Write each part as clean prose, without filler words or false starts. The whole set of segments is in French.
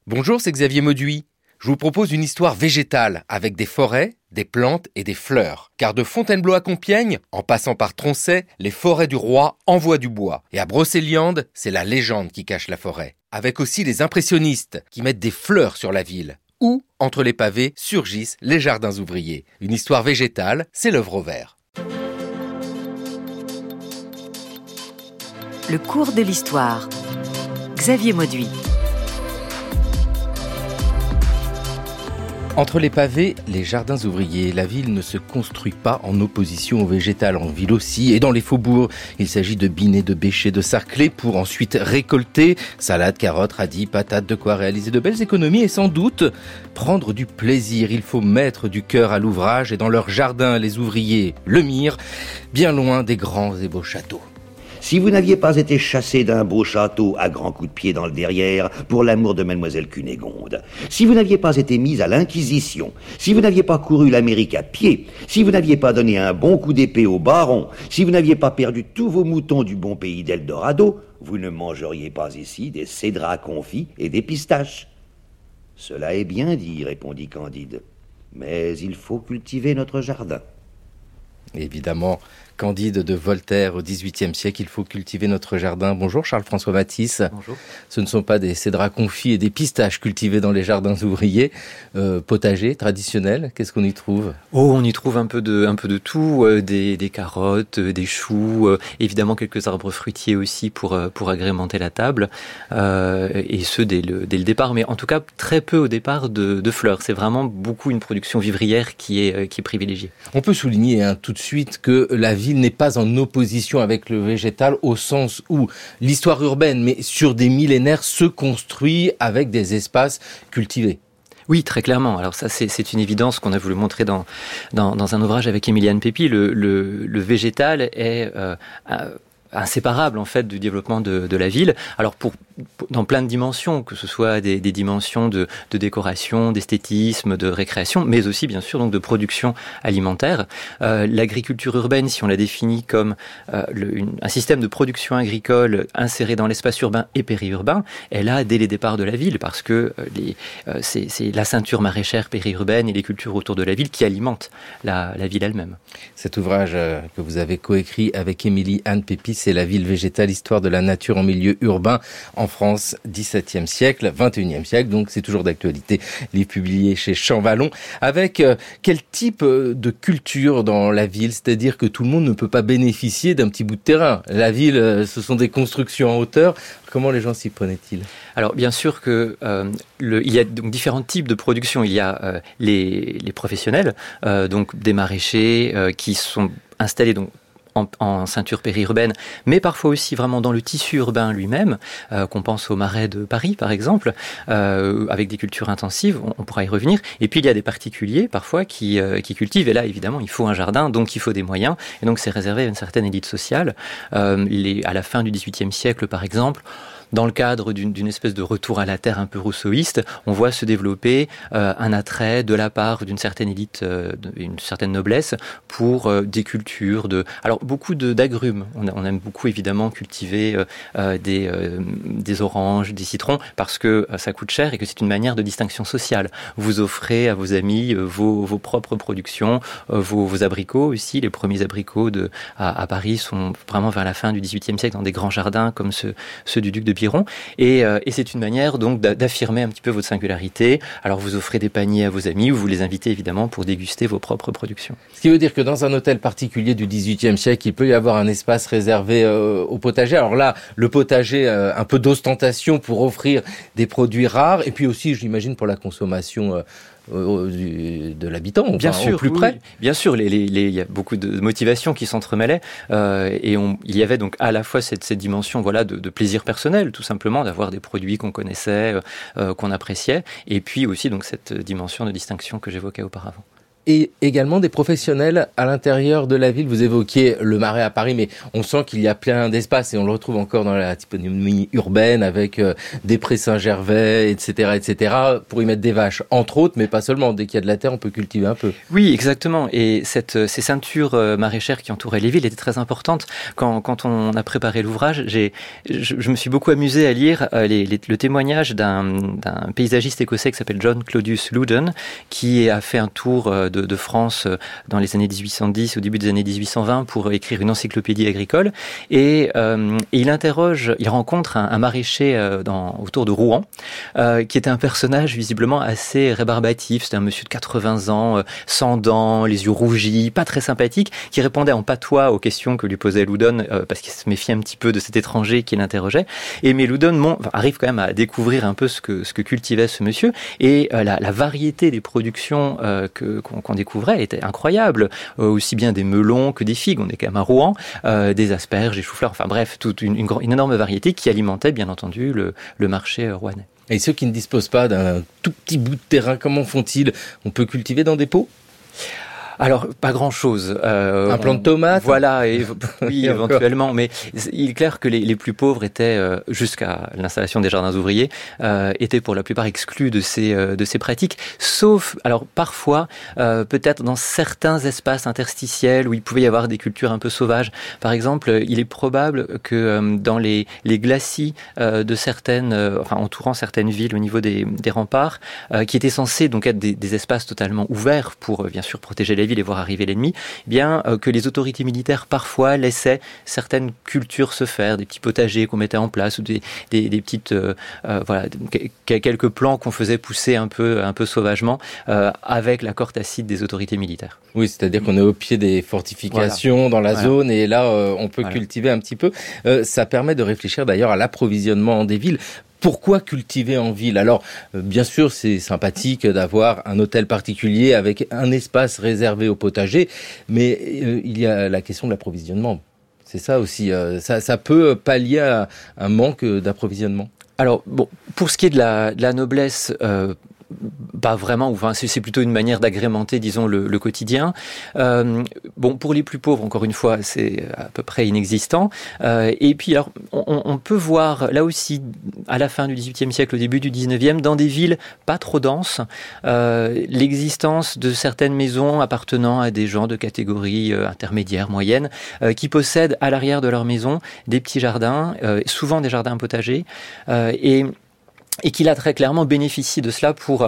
Bonjour, c'est Xavier Mauduit. Je vous propose une histoire végétale avec des forêts, des plantes et des fleurs. Car de Fontainebleau à Compiègne, en passant par Troncet, les forêts du roi envoient du bois. Et à Brocéliande, c'est la légende qui cache la forêt. Avec aussi les impressionnistes qui mettent des fleurs sur la ville. Ou, entre les pavés, surgissent les jardins ouvriers. Une histoire végétale, c'est l'œuvre au vert. Le cours de l'histoire. Xavier Mauduit. Entre les pavés, les jardins ouvriers, la ville ne se construit pas en opposition au végétal. En ville aussi, et dans les faubourgs, il s'agit de biner, de bêcher, de sarcler pour ensuite récolter salades, carottes, radis, patates, de quoi réaliser de belles économies et sans doute prendre du plaisir. Il faut mettre du cœur à l'ouvrage et dans leur jardin, les ouvriers le mirent, bien loin des grands et beaux châteaux. Si vous n'aviez pas été chassé d'un beau château à grands coups de pied dans le derrière pour l'amour de mademoiselle Cunégonde, si vous n'aviez pas été mis à l'inquisition, si vous n'aviez pas couru l'Amérique à pied, si vous n'aviez pas donné un bon coup d'épée au baron, si vous n'aviez pas perdu tous vos moutons du bon pays d'Eldorado, vous ne mangeriez pas ici des cédrats confits et des pistaches. Cela est bien dit, répondit Candide, mais il faut cultiver notre jardin. Évidemment, Candide de Voltaire au XVIIIe siècle, il faut cultiver notre jardin. Bonjour Charles-François Matisse. Bonjour. Ce ne sont pas des cédrats confits et des pistaches cultivés dans les jardins ouvriers. Potager traditionnel, qu'est-ce qu'on y trouve ? On y trouve un peu de tout, des carottes, des choux, évidemment quelques arbres fruitiers aussi pour agrémenter la table, et ce dès le départ, mais en tout cas très peu au départ de fleurs. C'est vraiment beaucoup une production vivrière qui est privilégiée. On peut souligner tout de suite que la ville n'est pas en opposition avec le végétal au sens où l'histoire urbaine, mais sur des millénaires, se construit avec des espaces cultivés. Oui, très clairement. Alors ça, c'est une évidence qu'on a voulu montrer dans un ouvrage avec Émiliane Pépi. Le végétal est inséparable en fait du développement de la ville. Alors dans plein de dimensions, que ce soit des dimensions de décoration, d'esthétisme, de récréation, mais aussi bien sûr donc de production alimentaire. L'agriculture urbaine, si on la définit comme un système de production agricole inséré dans l'espace urbain et périurbain, elle a dès les départs de la ville, parce que c'est la ceinture maraîchère périurbaine et les cultures autour de la ville qui alimentent la ville elle-même. Cet ouvrage que vous avez coécrit avec Émilie-Anne Pépi, c'est La ville végétale, histoire de la nature en milieu urbain en France, XVIIe siècle, XXIe siècle, donc c'est toujours d'actualité. Livre publié chez Champvallon. Avec quel type de culture dans la ville ? C'est-à-dire que tout le monde ne peut pas bénéficier d'un petit bout de terrain. La ville, ce sont des constructions en hauteur. Comment les gens s'y prenaient-ils ? Alors bien sûr que il y a donc différents types de production. Il y a les professionnels, donc des maraîchers qui sont installés donc en ceinture périurbaine, mais parfois aussi vraiment dans le tissu urbain lui-même, qu'on pense au Marais de Paris par exemple, avec des cultures intensives, on pourra y revenir. Et puis il y a des particuliers parfois qui cultivent, et là évidemment il faut un jardin, donc il faut des moyens, et donc c'est réservé à une certaine élite sociale. À la fin du XVIIIe siècle par exemple, dans le cadre d'une espèce de retour à la terre un peu rousseauiste, on voit se développer un attrait de la part d'une certaine élite, d'une certaine noblesse pour des cultures, alors beaucoup d'agrumes. On aime beaucoup évidemment cultiver des oranges, des citrons, parce que ça coûte cher et que c'est une manière de distinction sociale. Vous offrez à vos amis vos propres productions, vos abricots aussi. Les premiers abricots à Paris sont vraiment vers la fin du XVIIIe siècle dans des grands jardins comme ceux du duc de Biron, et c'est une manière donc d'affirmer un petit peu votre singularité. Alors vous offrez des paniers à vos amis ou vous les invitez évidemment pour déguster vos propres productions. Ce qui veut dire que dans un hôtel particulier du XVIIIe siècle, il peut y avoir un espace réservé au potager. Alors là, le potager, un peu d'ostentation pour offrir des produits rares, et puis aussi, j'imagine, pour la consommation de l'habitant, bien sûr, au plus près. Oui. Bien sûr, il y a beaucoup de motivations qui s'entremêlaient, et il y avait donc à la fois cette dimension de plaisir personnel, tout simplement, d'avoir des produits qu'on connaissait, qu'on appréciait, et puis aussi donc cette dimension de distinction que j'évoquais auparavant. et également des professionnels à l'intérieur de la ville. Vous évoquiez le Marais à Paris, mais on sent qu'il y a plein d'espaces et on le retrouve encore dans la typonymie urbaine avec des prés Saint-Gervais, etc., pour y mettre des vaches, entre autres, mais pas seulement. Dès qu'il y a de la terre, on peut cultiver un peu. Oui, exactement. Et ces ceintures maraîchères qui entouraient les villes étaient très importantes. Quand on a préparé l'ouvrage, je me suis beaucoup amusé à lire le témoignage d'un paysagiste écossais qui s'appelle John Claudius Loudon, qui a fait un tour de France dans les années 1810, au début des années 1820, pour écrire une encyclopédie agricole. Et il rencontre un maraîcher autour de Rouen, qui était un personnage visiblement assez rébarbatif. C'était un monsieur de 80 ans, sans dents, les yeux rougis, pas très sympathique, qui répondait en patois aux questions que lui posait Loudon, parce qu'il se méfiait un petit peu de cet étranger qui l'interrogeait. Mais Loudon arrive quand même à découvrir un peu ce que cultivait ce monsieur, et la variété des productions qu'on découvrait était incroyable, aussi bien des melons que des figues, on est quand même à Rouen, des asperges, des choux-fleurs, enfin bref, toute une énorme variété qui alimentait bien entendu le marché rouennais. Et ceux qui ne disposent pas d'un tout petit bout de terrain, comment font-ils ? On peut cultiver dans des pots ? Alors, pas grand-chose. Un plant de tomates ? Voilà, oui, éventuellement. Mais il est clair que les plus pauvres étaient, jusqu'à l'installation des jardins ouvriers, étaient pour la plupart exclus de ces pratiques. Sauf, alors parfois, peut-être dans certains espaces interstitiels où il pouvait y avoir des cultures un peu sauvages. Par exemple, il est probable que dans les glacis de entourant certaines villes au niveau des remparts, qui étaient censés donc être des espaces totalement ouverts pour, bien sûr, protéger les villes et voir arriver l'ennemi, que les autorités militaires parfois laissaient certaines cultures se faire, des petits potagers qu'on mettait en place ou des petites quelques plants qu'on faisait pousser un peu sauvagement avec l'accord tacite des autorités militaires. Oui, c'est-à-dire qu'on est au pied des fortifications dans la zone et là on peut cultiver un petit peu. Ça permet de réfléchir d'ailleurs à l'approvisionnement des villes. Pourquoi cultiver en ville ? Alors, bien sûr, c'est sympathique d'avoir un hôtel particulier avec un espace réservé au potager, mais il y a la question de l'approvisionnement. C'est ça aussi. Ça peut pallier à un manque d'approvisionnement. Alors, pour ce qui est de la noblesse, pas vraiment, c'est plutôt une manière d'agrémenter, disons, le quotidien. Pour les plus pauvres, encore une fois, c'est à peu près inexistant. Et puis, alors, on peut voir, là aussi, à la fin du XVIIIe siècle, au début du XIXe, dans des villes pas trop denses, l'existence de certaines maisons appartenant à des gens de catégorie intermédiaire, moyenne, qui possèdent à l'arrière de leur maison des petits jardins, souvent des jardins potagers, et qui là très clairement bénéficient de cela pour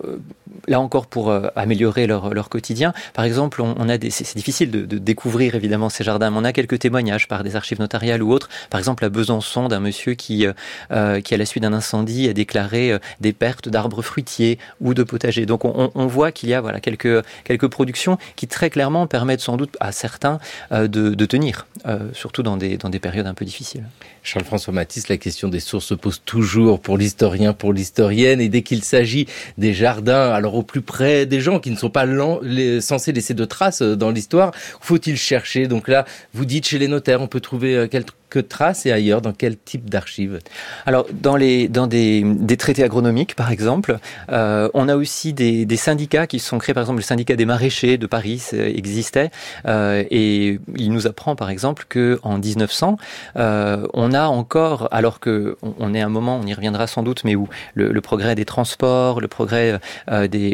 améliorer leur quotidien. Par exemple, c'est difficile de découvrir évidemment ces jardins, mais on a quelques témoignages par des archives notariales ou autres. Par exemple, à Besançon, d'un monsieur qui à la suite d'un incendie a déclaré des pertes d'arbres fruitiers ou de potagers. Donc on voit qu'il y a quelques productions qui très clairement permettent sans doute à certains de tenir, surtout dans des périodes un peu difficiles. Charles-François Mathis, la question des sources se pose toujours pour l'historien, pour l'historienne, et dès qu'il s'agit des jardins, alors au plus près des gens qui ne sont pas censés laisser de traces dans l'histoire, faut-il chercher ? Donc là, vous dites chez les notaires, on peut trouver quelques traces, et ailleurs, dans quel type d'archives ? Alors, dans des traités agronomiques, par exemple, on a aussi des syndicats qui sont créés, par exemple, le syndicat des maraîchers de Paris existait, et il nous apprend, par exemple, qu'en 1900, on a encore, alors que on est à un moment, on y reviendra sans doute, mais où le progrès des transports, le progrès des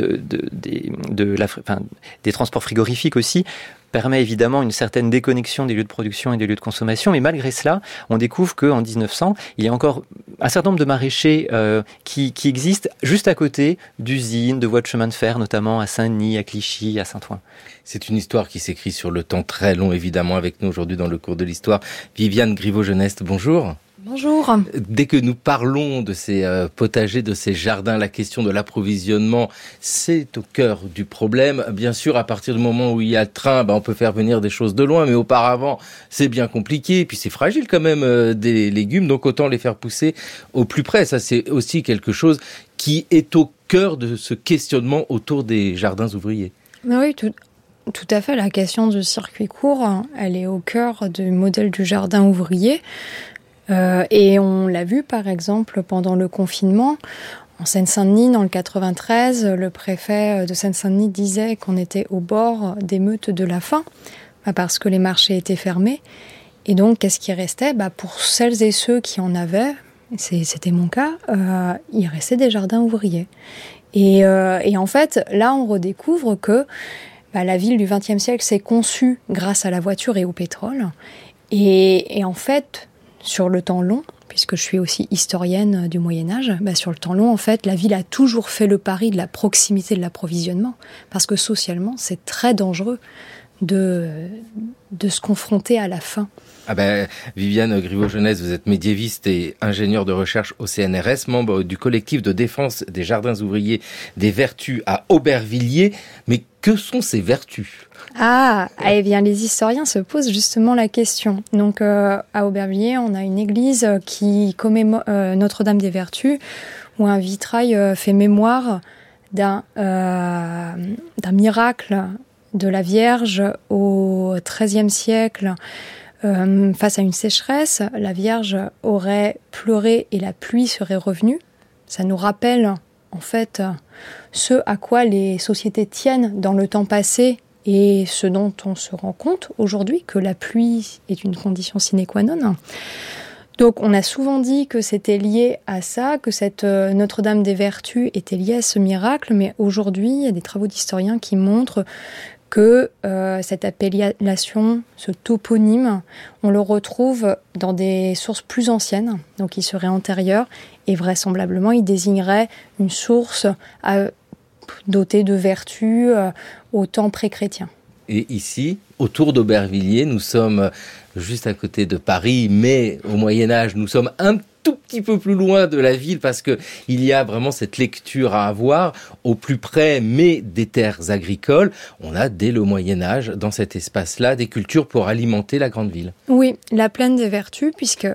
transports frigorifiques aussi, permet évidemment une certaine déconnexion des lieux de production et des lieux de consommation, mais malgré cela, on découvre qu'en 1900, il y a encore un certain nombre de maraîchers qui existent juste à côté d'usines, de voies de chemin de fer, notamment à Saint-Denis, à Clichy, à Saint-Ouen. C'est une histoire qui s'écrit sur le temps très long, évidemment, avec nous aujourd'hui dans le cours de l'histoire. Viviane Griveau-Geneste, bonjour. Bonjour. Dès que nous parlons de ces potagers, de ces jardins, la question de l'approvisionnement, c'est au cœur du problème. Bien sûr, à partir du moment où il y a le train, on peut faire venir des choses de loin, mais auparavant, c'est bien compliqué. Et puis c'est fragile quand même des légumes, donc autant les faire pousser au plus près. Ça, c'est aussi quelque chose qui est au cœur de ce questionnement autour des jardins ouvriers. Oui, tout à fait. La question du circuit court, elle est au cœur du modèle du jardin ouvrier. Et on l'a vu par exemple pendant le confinement, En Seine-Saint-Denis, dans le 93, le préfet de Seine-Saint-Denis disait qu'on était au bord d'émeutes de la faim, parce que les marchés étaient fermés. Et donc, qu'est-ce qui restait ? Pour celles et ceux qui en avaient, c'était mon cas, il restait des jardins ouvriers. Et en fait, là, on redécouvre que la ville du XXe siècle s'est conçue grâce à la voiture et au pétrole. Et en fait, sur le temps long, puisque je suis aussi historienne du Moyen-Âge, sur le temps long, en fait, la ville a toujours fait le pari de la proximité de l'approvisionnement, parce que socialement, c'est très dangereux de se confronter à la faim. Viviane Griveau-Jeunesse, vous êtes médiéviste et ingénieure de recherche au CNRS, membre du collectif de défense des jardins ouvriers des Vertus à Aubervilliers. Mais que sont ces vertus ? Eh bien, les historiens se posent justement la question. Donc, à Aubervilliers, on a une église qui commémore Notre-Dame des Vertus, où un vitrail fait mémoire d'un miracle de la Vierge au XIIIe siècle. Face à une sécheresse, la Vierge aurait pleuré et la pluie serait revenue. Ça nous rappelle, en fait, ce à quoi les sociétés tiennent dans le temps passé et ce dont on se rend compte aujourd'hui, que la pluie est une condition sine qua non. Donc, on a souvent dit que c'était lié à ça, que cette Notre-Dame des Vertus était liée à ce miracle, mais aujourd'hui, il y a des travaux d'historiens qui montrent que cette appellation, ce toponyme, on le retrouve dans des sources plus anciennes, donc il serait antérieur, et vraisemblablement il désignerait une source dotée de vertus au temps pré-chrétien. Et ici, autour d'Aubervilliers, nous sommes juste à côté de Paris, mais au Moyen-Âge, nous sommes un tout petit peu plus loin de la ville parce que il y a vraiment cette lecture à avoir au plus près, mais des terres agricoles. On a dès le Moyen-Âge, dans cet espace-là, des cultures pour alimenter la grande ville. Oui, la plaine des Vertus, puisque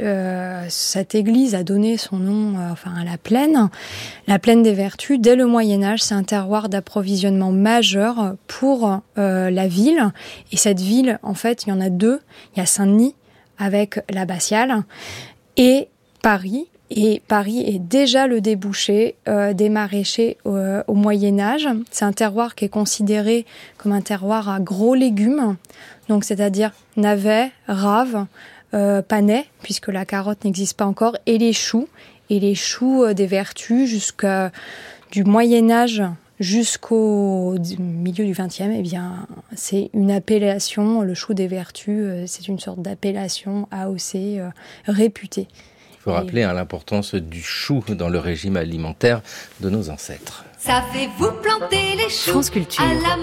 cette église a donné son nom à la plaine. La plaine des Vertus, dès le Moyen-Âge, c'est un terroir d'approvisionnement majeur pour la ville. Et cette ville, en fait, il y en a deux. Il y a Saint-Denis avec l'abbatiale et Paris. Et Paris est déjà le débouché des maraîchers au Moyen-Âge. C'est un terroir qui est considéré comme un terroir à gros légumes, donc c'est-à-dire navets, raves, panais, puisque la carotte n'existe pas encore, et les choux. Et les choux des Vertus du Moyen-Âge jusqu'au milieu du XXe, eh bien, c'est une appellation, le chou des Vertus, c'est une sorte d'appellation AOC réputée. Il faut rappeler l'importance du chou dans le régime alimentaire de nos ancêtres. Savez-vous planter les choux ? France Culture. À la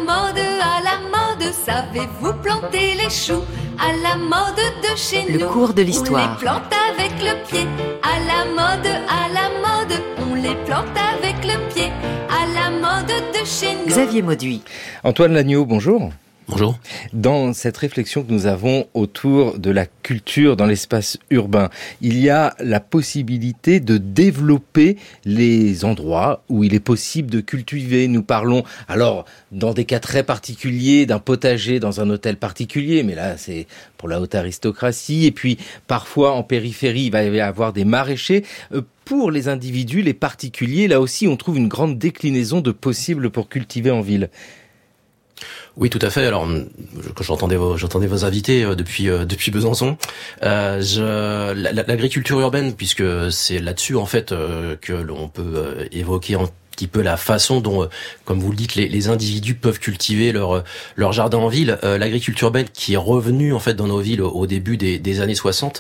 mode, savez-vous planter les choux ? À la mode de chez nous. Le cours de l'histoire. On les plante avec le pied. À la mode, on les plante avec le pied. À la mode de chez nous. Xavier Mauduit. Antoine Lagneau, bonjour. Bonjour. Dans cette réflexion que nous avons autour de la culture dans l'espace urbain, il y a la possibilité de développer les endroits où il est possible de cultiver. Nous parlons alors dans des cas très particuliers d'un potager dans un hôtel particulier, mais là c'est pour la haute aristocratie. Et puis parfois en périphérie il va y avoir des maraîchers. Pour les individus, les particuliers, là aussi on trouve une grande déclinaison de possibles pour cultiver en ville. Oui, tout à fait. Alors, quand j'entendais vos invités depuis Besançon, l'agriculture urbaine, puisque c'est là-dessus en fait que l'on peut évoquer un petit peu la façon dont, comme vous le dites, les individus peuvent cultiver leur jardin en ville. L'agriculture urbaine qui est revenue en fait dans nos villes au début des années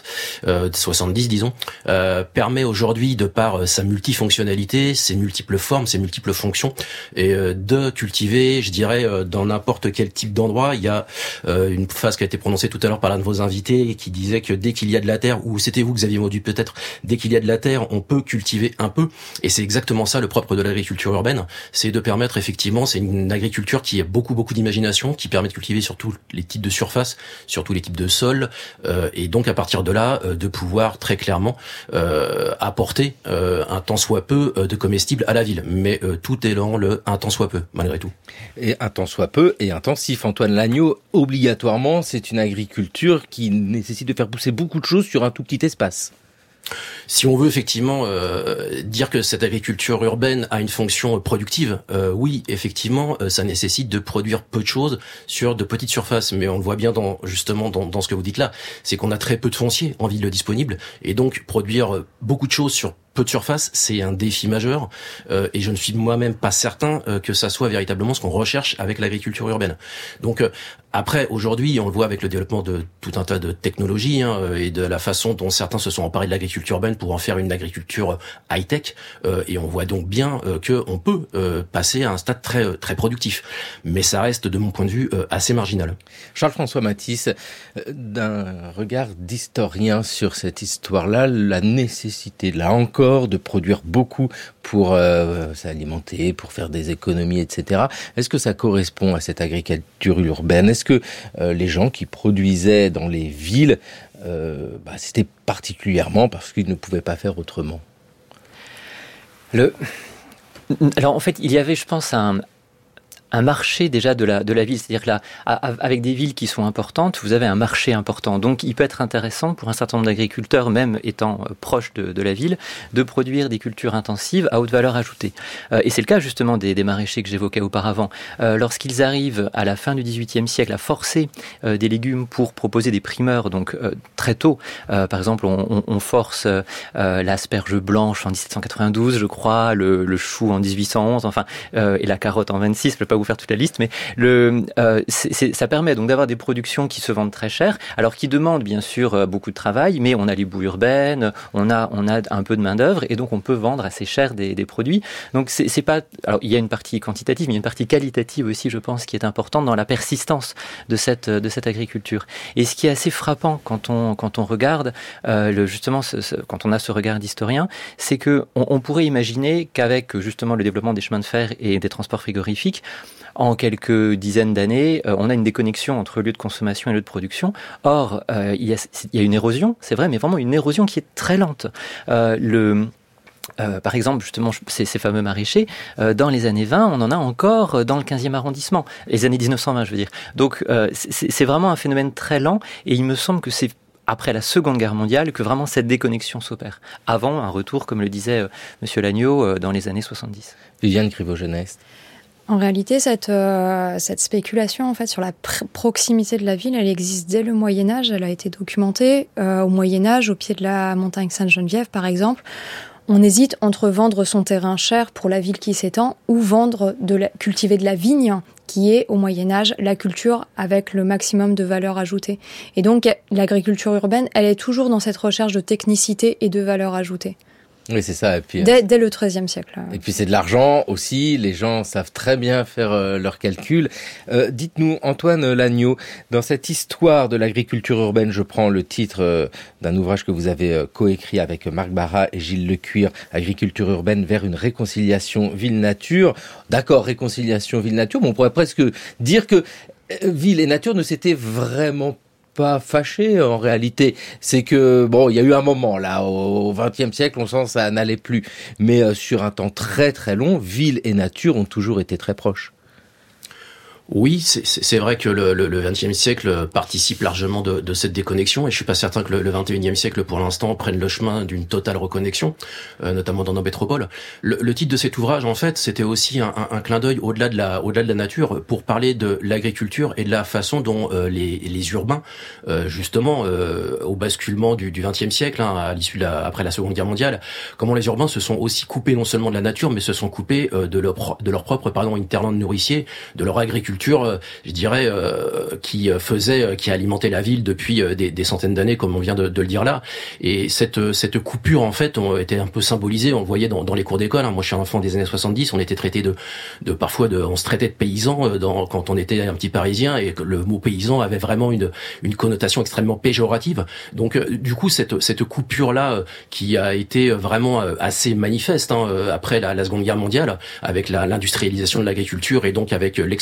70 disons, permet aujourd'hui, de par sa multifonctionnalité, ses multiples formes, ses multiples fonctions, et de cultiver, je dirais, dans n'importe quel type d'endroit. Il y a une phrase qui a été prononcée tout à l'heure par l'un de vos invités qui disait que dès qu'il y a de la terre, ou c'était vous Xavier Mauduit peut-être, dès qu'il y a de la terre, on peut cultiver un peu, et c'est exactement ça le propre de l'agriculture urbaine, c'est de permettre effectivement, c'est une agriculture qui a beaucoup d'imagination, qui permet de cultiver sur tous les types de surfaces, sur tous les types de sols, et donc à partir de là, de pouvoir très clairement apporter un tant soit peu de comestibles à la ville. Mais tout est dans le un tant soit peu, malgré tout. Et un tant soit peu et intensif. Antoine Lagneau, obligatoirement, c'est une agriculture qui nécessite de faire pousser beaucoup de choses sur un tout petit espace. Si on veut effectivement dire que cette agriculture urbaine a une fonction productive, oui, effectivement, ça nécessite de produire peu de choses sur de petites surfaces. Mais on le voit bien dans ce que vous dites là, c'est qu'on a très peu de foncier en ville disponible, et donc produire beaucoup de choses sur peu de surface, c'est un défi majeur, et je ne suis moi-même pas certain que ça soit véritablement ce qu'on recherche avec l'agriculture urbaine. Donc après, aujourd'hui, on le voit avec le développement de tout un tas de technologies et de la façon dont certains se sont emparés de l'agriculture urbaine pour en faire une agriculture high-tech, et on voit donc bien que on peut passer à un stade très très productif, mais ça reste, de mon point de vue, assez marginal. Charles-François Mathis, d'un regard d'historien sur cette histoire-là, la nécessité, là encore, de produire beaucoup pour s'alimenter, pour faire des économies, etc. Est-ce que ça correspond à cette agriculture urbaine ? Est-ce que les gens qui produisaient dans les villes, c'était particulièrement parce qu'ils ne pouvaient pas faire autrement ? Alors en fait, il y avait, je pense, un marché déjà de la ville, c'est-à-dire que là, avec des villes qui sont importantes, vous avez un marché important. Donc, il peut être intéressant pour un certain nombre d'agriculteurs, même étant proches de la ville, de produire des cultures intensives à haute valeur ajoutée. Et c'est le cas justement des maraîchers que j'évoquais auparavant. Lorsqu'ils arrivent à la fin du XVIIIe siècle à forcer des légumes pour proposer des primeurs, donc très tôt. Par exemple, on force l'asperge blanche en 1792, je crois, le chou en 1811, enfin, et la carotte en 26. Je peux pas vous faire toute la liste, mais ça permet donc d'avoir des productions qui se vendent très cher, alors qui demandent bien sûr beaucoup de travail, mais on a les boues urbaines, on a un peu de main d'œuvre, et donc on peut vendre assez cher des produits. Donc c'est pas, alors il y a une partie quantitative, mais il y a une partie qualitative aussi, je pense, qui est importante dans la persistance de cette agriculture. Et ce qui est assez frappant quand on regarde justement quand on a ce regard d'historien, c'est que on pourrait imaginer qu'avec justement le développement des chemins de fer et des transports frigorifiques, en quelques dizaines d'années, on a une déconnexion entre lieu de consommation et lieu de production. Or, il y a une érosion, c'est vrai, mais vraiment une érosion qui est très lente. Par exemple, justement, ces fameux maraîchers, dans les années 20, on en a encore dans le 15e arrondissement, les années 1920, je veux dire. Donc, c'est vraiment un phénomène très lent, et il me semble que c'est après la Seconde Guerre mondiale que vraiment cette déconnexion s'opère. Avant un retour, comme le disait Monsieur Lagneau, dans les années 70. Viviane Criveau-Genest. En réalité, cette spéculation en fait sur la proximité de la ville, elle existe dès le Moyen-Âge. Elle a été documentée au Moyen-Âge, au pied de la montagne Sainte-Geneviève, par exemple. On hésite entre vendre son terrain cher pour la ville qui s'étend ou cultiver de la vigne, qui est au Moyen-Âge la culture avec le maximum de valeur ajoutée. Et donc, l'agriculture urbaine, elle est toujours dans cette recherche de technicité et de valeur ajoutée. Oui, c'est ça. Et puis, dès le XIIIe siècle. Et puis c'est de l'argent aussi. Les gens savent très bien faire leurs calculs. Dites-nous, Antoine Lagneau, dans cette histoire de l'agriculture urbaine, je prends le titre d'un ouvrage que vous avez coécrit avec Marc Barra et Gilles Lecuir, Agriculture urbaine vers une réconciliation ville-nature. D'accord, réconciliation ville-nature, mais on pourrait presque dire que ville et nature ne s'étaient vraiment pas fâché en réalité. C'est que il y a eu un moment là au XXe siècle, on sent que ça n'allait plus, mais sur un temps très très long, ville et nature ont toujours été très proches. Oui, c'est vrai que le XXe siècle participe largement de cette déconnexion, et je suis pas certain que le XXIe siècle, pour l'instant, prenne le chemin d'une totale reconnexion, notamment dans nos métropoles. Le titre de cet ouvrage, en fait, c'était aussi un clin d'œil au-delà de la nature, pour parler de l'agriculture et de la façon dont les urbains, justement, au basculement du XXe siècle, à l'issue après la Seconde Guerre mondiale, comment les urbains se sont aussi coupés non seulement de la nature, mais se sont coupés de leur propre hinterland nourricier, de leur agriculture, je dirais, qui alimentait la ville depuis des centaines d'années, comme on vient de le dire là. Et cette coupure, en fait, était un peu symbolisée. On le voyait dans les cours d'école. Moi, je suis un enfant des années 70. On était traité on se traitait de paysans quand on était un petit Parisien, et que le mot paysan avait vraiment une connotation extrêmement péjorative. Donc, du coup, cette coupure-là, qui a été vraiment assez manifeste après la Seconde Guerre mondiale, avec l'industrialisation de l'agriculture et donc avec l'extension de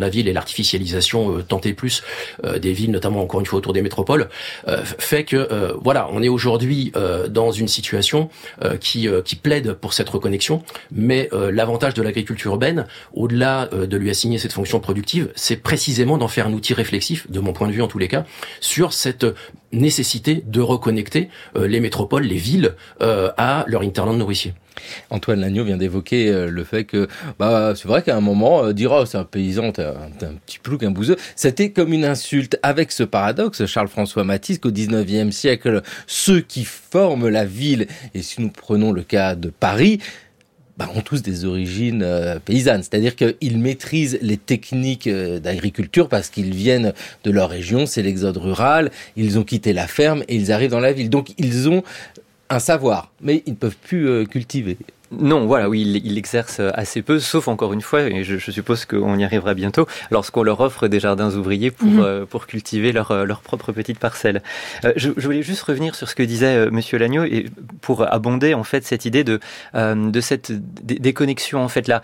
la ville et l'artificialisation tant et plus des villes, notamment encore une fois autour des métropoles, fait que voilà, on est aujourd'hui dans une situation qui plaide pour cette reconnexion, mais l'avantage de l'agriculture urbaine, au-delà de lui assigner cette fonction productive, c'est précisément d'en faire un outil réflexif, de mon point de vue en tous les cas, sur cette nécessité de reconnecter les métropoles, les villes, à leur hinterland nourricier. Antoine Lagneau vient d'évoquer le fait que c'est vrai qu'à un moment dire c'est un paysan, t'es un petit plouc, un bouseux, c'était comme une insulte, avec ce paradoxe, Charles-François Mathis, qu'au 19e siècle, ceux qui forment la ville, et si nous prenons le cas de Paris, ont tous des origines paysannes, c'est-à-dire qu'ils maîtrisent les techniques d'agriculture parce qu'ils viennent de leur région, c'est l'exode rural, ils ont quitté la ferme et ils arrivent dans la ville, donc ils ont un savoir, mais ils ne peuvent plus cultiver. Non, voilà, oui, ils exercent assez peu, sauf encore une fois, et je suppose qu'on y arrivera bientôt, lorsqu'on leur offre des jardins ouvriers pour cultiver leur propre petite parcelle. Je voulais juste revenir sur ce que disait Monsieur Lagneau, et pour abonder en fait cette idée de cette déconnexion en fait là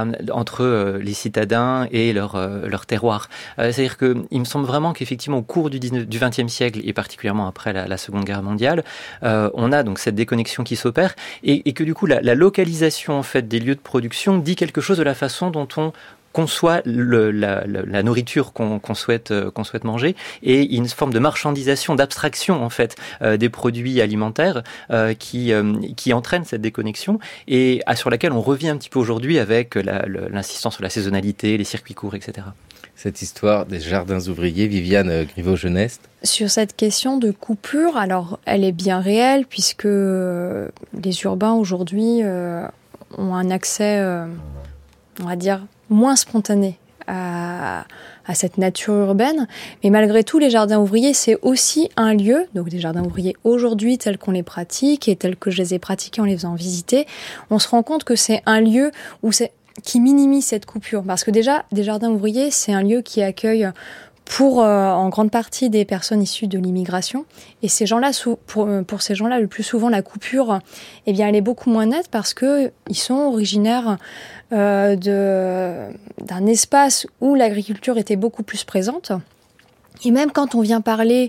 entre les citadins et leur terroir. C'est-à-dire que il me semble vraiment qu'effectivement au cours du XXe siècle et particulièrement après la Seconde Guerre mondiale, on a donc cette déconnexion qui s'opère et que du coup la localisation en fait des lieux de production dit quelque chose de la façon dont on conçoit la nourriture qu'on souhaite manger, et une forme de marchandisation, d'abstraction en fait des produits alimentaires qui entraîne cette déconnexion et sur laquelle on revient un petit peu aujourd'hui avec l'insistance sur la saisonnalité, les circuits courts, etc. Cette histoire des jardins ouvriers, Viviane Griveaux-Genest. Sur cette question de coupure, alors elle est bien réelle puisque les urbains aujourd'hui ont un accès, on va dire, moins spontané à cette nature urbaine. Mais malgré tout, les jardins ouvriers, c'est aussi un lieu, donc des jardins ouvriers aujourd'hui tels qu'on les pratique et tels que je les ai pratiqués en les faisant visiter, on se rend compte que c'est un lieu qui minimise cette coupure. Parce que déjà, des jardins ouvriers, c'est un lieu qui accueille en grande partie des personnes issues de l'immigration. Et ces gens-là, pour ces gens-là, le plus souvent, la coupure, elle est beaucoup moins nette parce que ils sont originaires d'un espace où l'agriculture était beaucoup plus présente. Et même quand on vient parler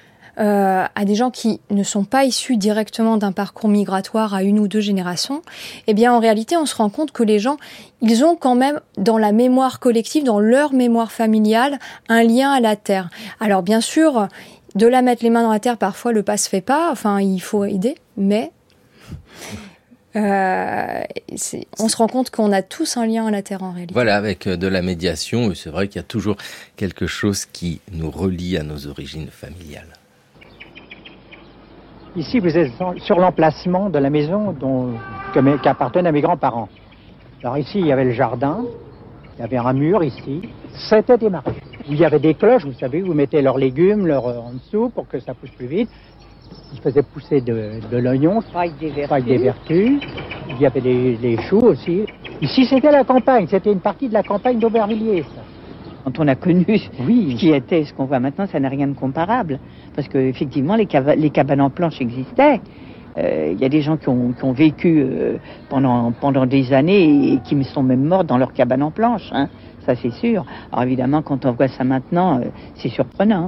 à des gens qui ne sont pas issus directement d'un parcours migratoire à une ou deux générations, en réalité, on se rend compte que les gens, ils ont quand même, dans la mémoire collective, dans leur mémoire familiale, un lien à la terre. Alors, bien sûr, de la mettre les mains dans la terre, parfois, le pas se fait pas. Enfin, il faut aider, mais on se rend compte qu'on a tous un lien à la terre en réalité. Voilà, avec de la médiation, c'est vrai qu'il y a toujours quelque chose qui nous relie à nos origines familiales. Ici, vous êtes sur l'emplacement de la maison qui appartenait à mes grands-parents. Alors ici, il y avait le jardin, il y avait un mur ici. C'était des marais. Il y avait des cloches, vous savez, vous mettez leurs légumes en dessous pour que ça pousse plus vite. Ils faisaient pousser de l'oignon, avec des vertus. Il y avait les choux aussi. Ici, c'était la campagne, c'était une partie de la campagne d'Aubervilliers, ça. Quand on a connu ce qui était, ce qu'on voit maintenant, ça n'a rien de comparable. Parce qu'effectivement, les cabanes en planche existaient. Il y a des gens qui ont vécu pendant des années et qui sont même morts dans leur cabane en planche. Hein. Ça, c'est sûr. Alors évidemment, quand on voit ça maintenant, c'est surprenant.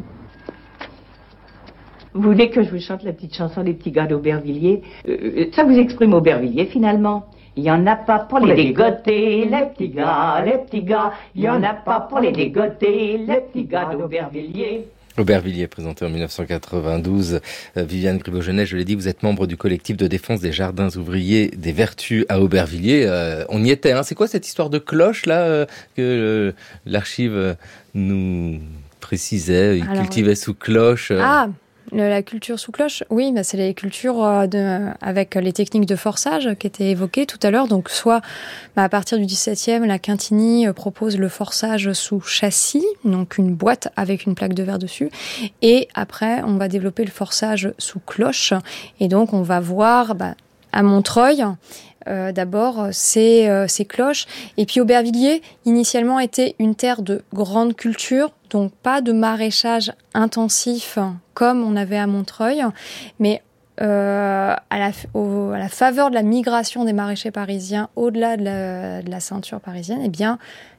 Vous voulez que je vous chante la petite chanson des petits gars d'Aubervilliers? Ça vous exprime Aubervilliers, finalement. Il n'y en a pas pour les dégoter, les petits gars, les petits gars. Il n'y en a pas pour les dégoter, les petits gars d'Aubervilliers. Aubervilliers, présenté en 1992. Viviane Griveaux-Genest, je l'ai dit, vous êtes membre du collectif de défense des jardins ouvriers des Vertus à Aubervilliers. On y était, hein. C'est quoi cette histoire de cloche, là, que l'archive nous précisait? Ils cultivaient sous cloche. La culture sous cloche, oui, c'est les cultures avec les techniques de forçage qui étaient évoquées tout à l'heure. Donc, soit à partir du XVIIe, la Quintigny propose le forçage sous châssis, donc une boîte avec une plaque de verre dessus. Et après, on va développer le forçage sous cloche. Et donc, on va voir à Montreuil, d'abord, ces cloches. Et puis Aubervilliers, initialement, était une terre de grande culture, donc pas de maraîchage intensif comme on avait à Montreuil, mais à la faveur de la migration des maraîchers parisiens au-delà de la ceinture parisienne,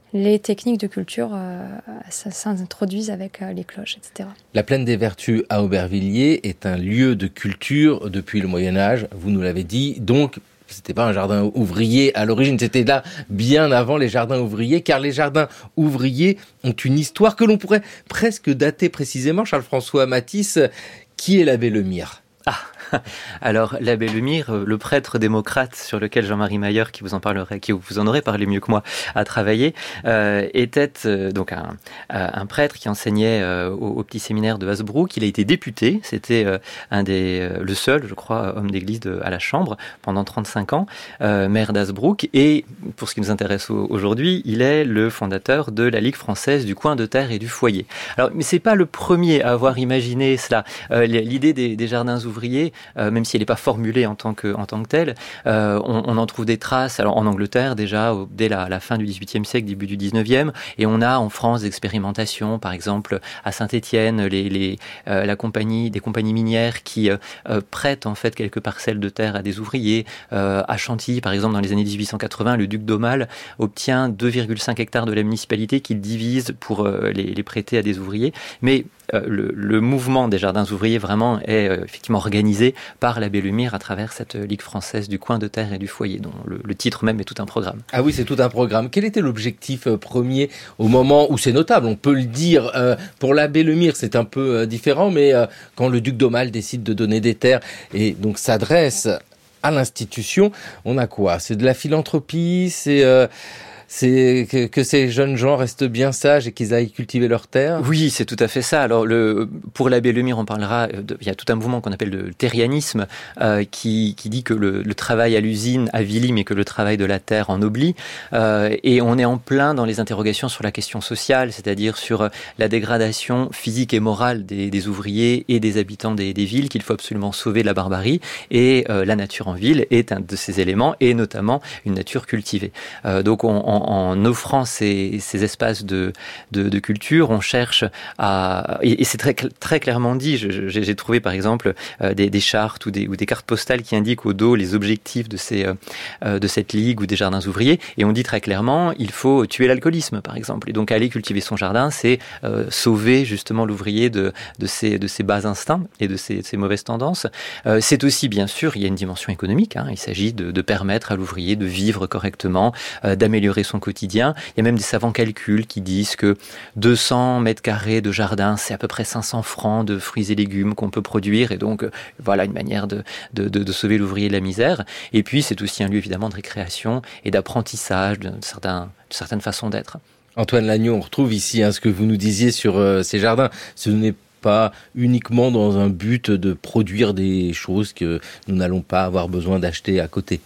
les techniques de culture s'introduisent avec les cloches, etc. La plaine des Vertus à Aubervilliers est un lieu de culture depuis le Moyen-Âge, vous nous l'avez dit, donc c'était pas un jardin ouvrier à l'origine, c'était là bien avant les jardins ouvriers, car les jardins ouvriers ont une histoire que l'on pourrait presque dater précisément. Charles-François Mathis, qui est l'abbé Lemire ? Alors, l'abbé Lemire, le prêtre démocrate sur lequel Jean-Marie Mayer, qui vous en aurait parlé mieux que moi, a travaillé, était donc un prêtre qui enseignait au petit séminaire de Hasbrook. Il a été député, c'était le seul, je crois, homme d'église à la Chambre pendant 35 ans, maire d'Hasbrook. Et pour ce qui nous intéresse aujourd'hui, il est le fondateur de la Ligue française du coin de terre et du foyer. Alors, mais c'est pas le premier à avoir imaginé cela. L'idée des jardins ouvriers, même si elle n'est pas formulée en tant que telle, on en trouve des traces. Alors en Angleterre déjà, dès la fin du XVIIIe siècle, début du XIXe, et on a en France des expérimentations, par exemple à Saint-Étienne, des compagnies minières qui prêtent en fait quelques parcelles de terre à des ouvriers. À Chantilly, par exemple, dans les années 1880, le duc d'Aumale obtient 2,5 hectares de la municipalité qu'il divise pour les prêter à des ouvriers. Mais le mouvement des jardins ouvriers vraiment est effectivement organisé par l'abbé Lemire à travers cette Ligue française du coin de terre et du foyer, dont le titre même est tout un programme. Ah oui, c'est tout un programme. Quel était l'objectif premier au moment où c'est notable, on peut le dire, pour l'abbé Lemire, c'est un peu différent, mais quand le duc d'Aumale décide de donner des terres et donc s'adresse à l'institution, on a quoi ? C'est de la philanthropie, c'est que ces jeunes gens restent bien sages et qu'ils aillent cultiver leurs terres. Oui, c'est tout à fait ça. Alors, pour l'abbé Lemire, on parlera. Il y a tout un mouvement qu'on appelle le terrianisme, qui dit que le travail à l'usine avilit, mais que le travail de la terre ennoblit. Et on est en plein dans les interrogations sur la question sociale, c'est-à-dire sur la dégradation physique et morale des ouvriers et des habitants des villes, qu'il faut absolument sauver de la barbarie. Et la nature en ville est un de ces éléments, et notamment une nature cultivée. Donc, en offrant ces espaces de culture, on cherche à... Et c'est très clairement dit. J'ai trouvé, par exemple, des chartes ou des cartes postales qui indiquent au dos les objectifs de cette ligue ou des jardins ouvriers. Et on dit très clairement, il faut tuer l'alcoolisme, par exemple. Et donc, aller cultiver son jardin, c'est sauver justement l'ouvrier de ses bas instincts et de ses mauvaises tendances. C'est aussi, bien sûr, il y a une dimension économique. Il s'agit de permettre à l'ouvrier de vivre correctement, d'améliorer son quotidien. Il y a même des savants calculs qui disent que 200 mètres carrés de jardin, c'est à peu près 500 francs de fruits et légumes qu'on peut produire. Et donc, voilà une manière de sauver l'ouvrier de la misère. Et puis, c'est aussi un lieu, évidemment, de récréation et d'apprentissage de certaines façons d'être. Antoine Lagneau, on retrouve ici ce que vous nous disiez sur ces jardins. Ce n'est pas uniquement dans un but de produire des choses que nous n'allons pas avoir besoin d'acheter à côté.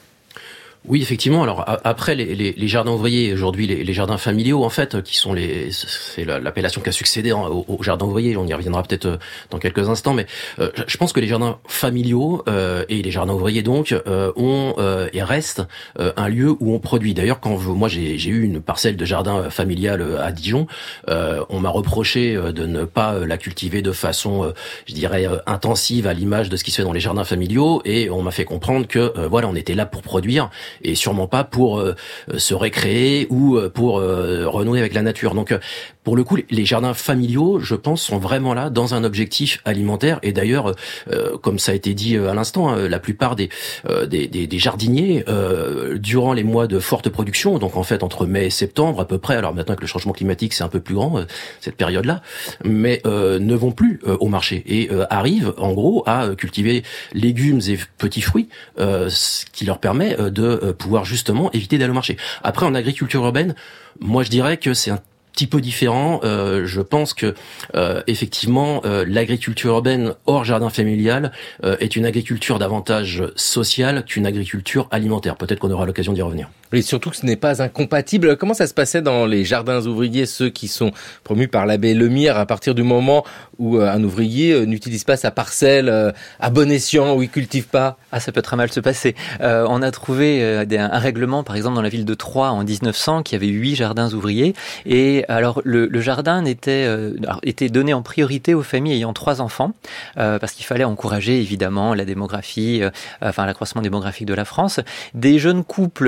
Oui, effectivement. Alors après les jardins ouvriers, aujourd'hui les jardins familiaux, en fait, qui sont c'est l'appellation qui a succédé aux jardins ouvriers. On y reviendra peut-être dans quelques instants, mais je pense que les jardins familiaux et les jardins ouvriers donc ont et restent un lieu où on produit. D'ailleurs, moi j'ai eu une parcelle de jardin familial à Dijon, on m'a reproché de ne pas la cultiver de façon, je dirais, intensive à l'image de ce qui se fait dans les jardins familiaux, et on m'a fait comprendre que voilà, on était là pour produire et sûrement pas pour se récréer ou pour renouer avec la nature. Donc pour le coup, les jardins familiaux, je pense, sont vraiment là dans un objectif alimentaire. Et d'ailleurs, comme ça a été dit à l'instant, la plupart des jardiniers, durant les mois de forte production, donc en fait entre mai et septembre à peu près, alors maintenant que le changement climatique c'est un peu plus grand, cette période-là, mais ne vont plus au marché et arrivent en gros à cultiver légumes et petits fruits, ce qui leur permet de pouvoir justement éviter d'aller au marché. Après, en agriculture urbaine, moi je dirais que c'est un petit peu différent. Je pense que effectivement l'agriculture urbaine hors jardin familial est une agriculture davantage sociale qu'une agriculture alimentaire. Peut-être qu'on aura l'occasion d'y revenir. Et surtout que ce n'est pas incompatible. Comment ça se passait dans les jardins ouvriers, ceux qui sont promus par l'abbé Lemire, à partir du moment où un ouvrier n'utilise pas sa parcelle à bon escient, où il cultive pas? Ah, ça peut très mal se passer. On a trouvé un règlement, par exemple, dans la ville de Troyes en 1900, qui avait 8 jardins ouvriers. Et alors, le jardin était donné en priorité aux familles ayant 3 enfants, parce qu'il fallait encourager, évidemment, la démographie, l'accroissement démographique de la France. Des jeunes couples qui venaient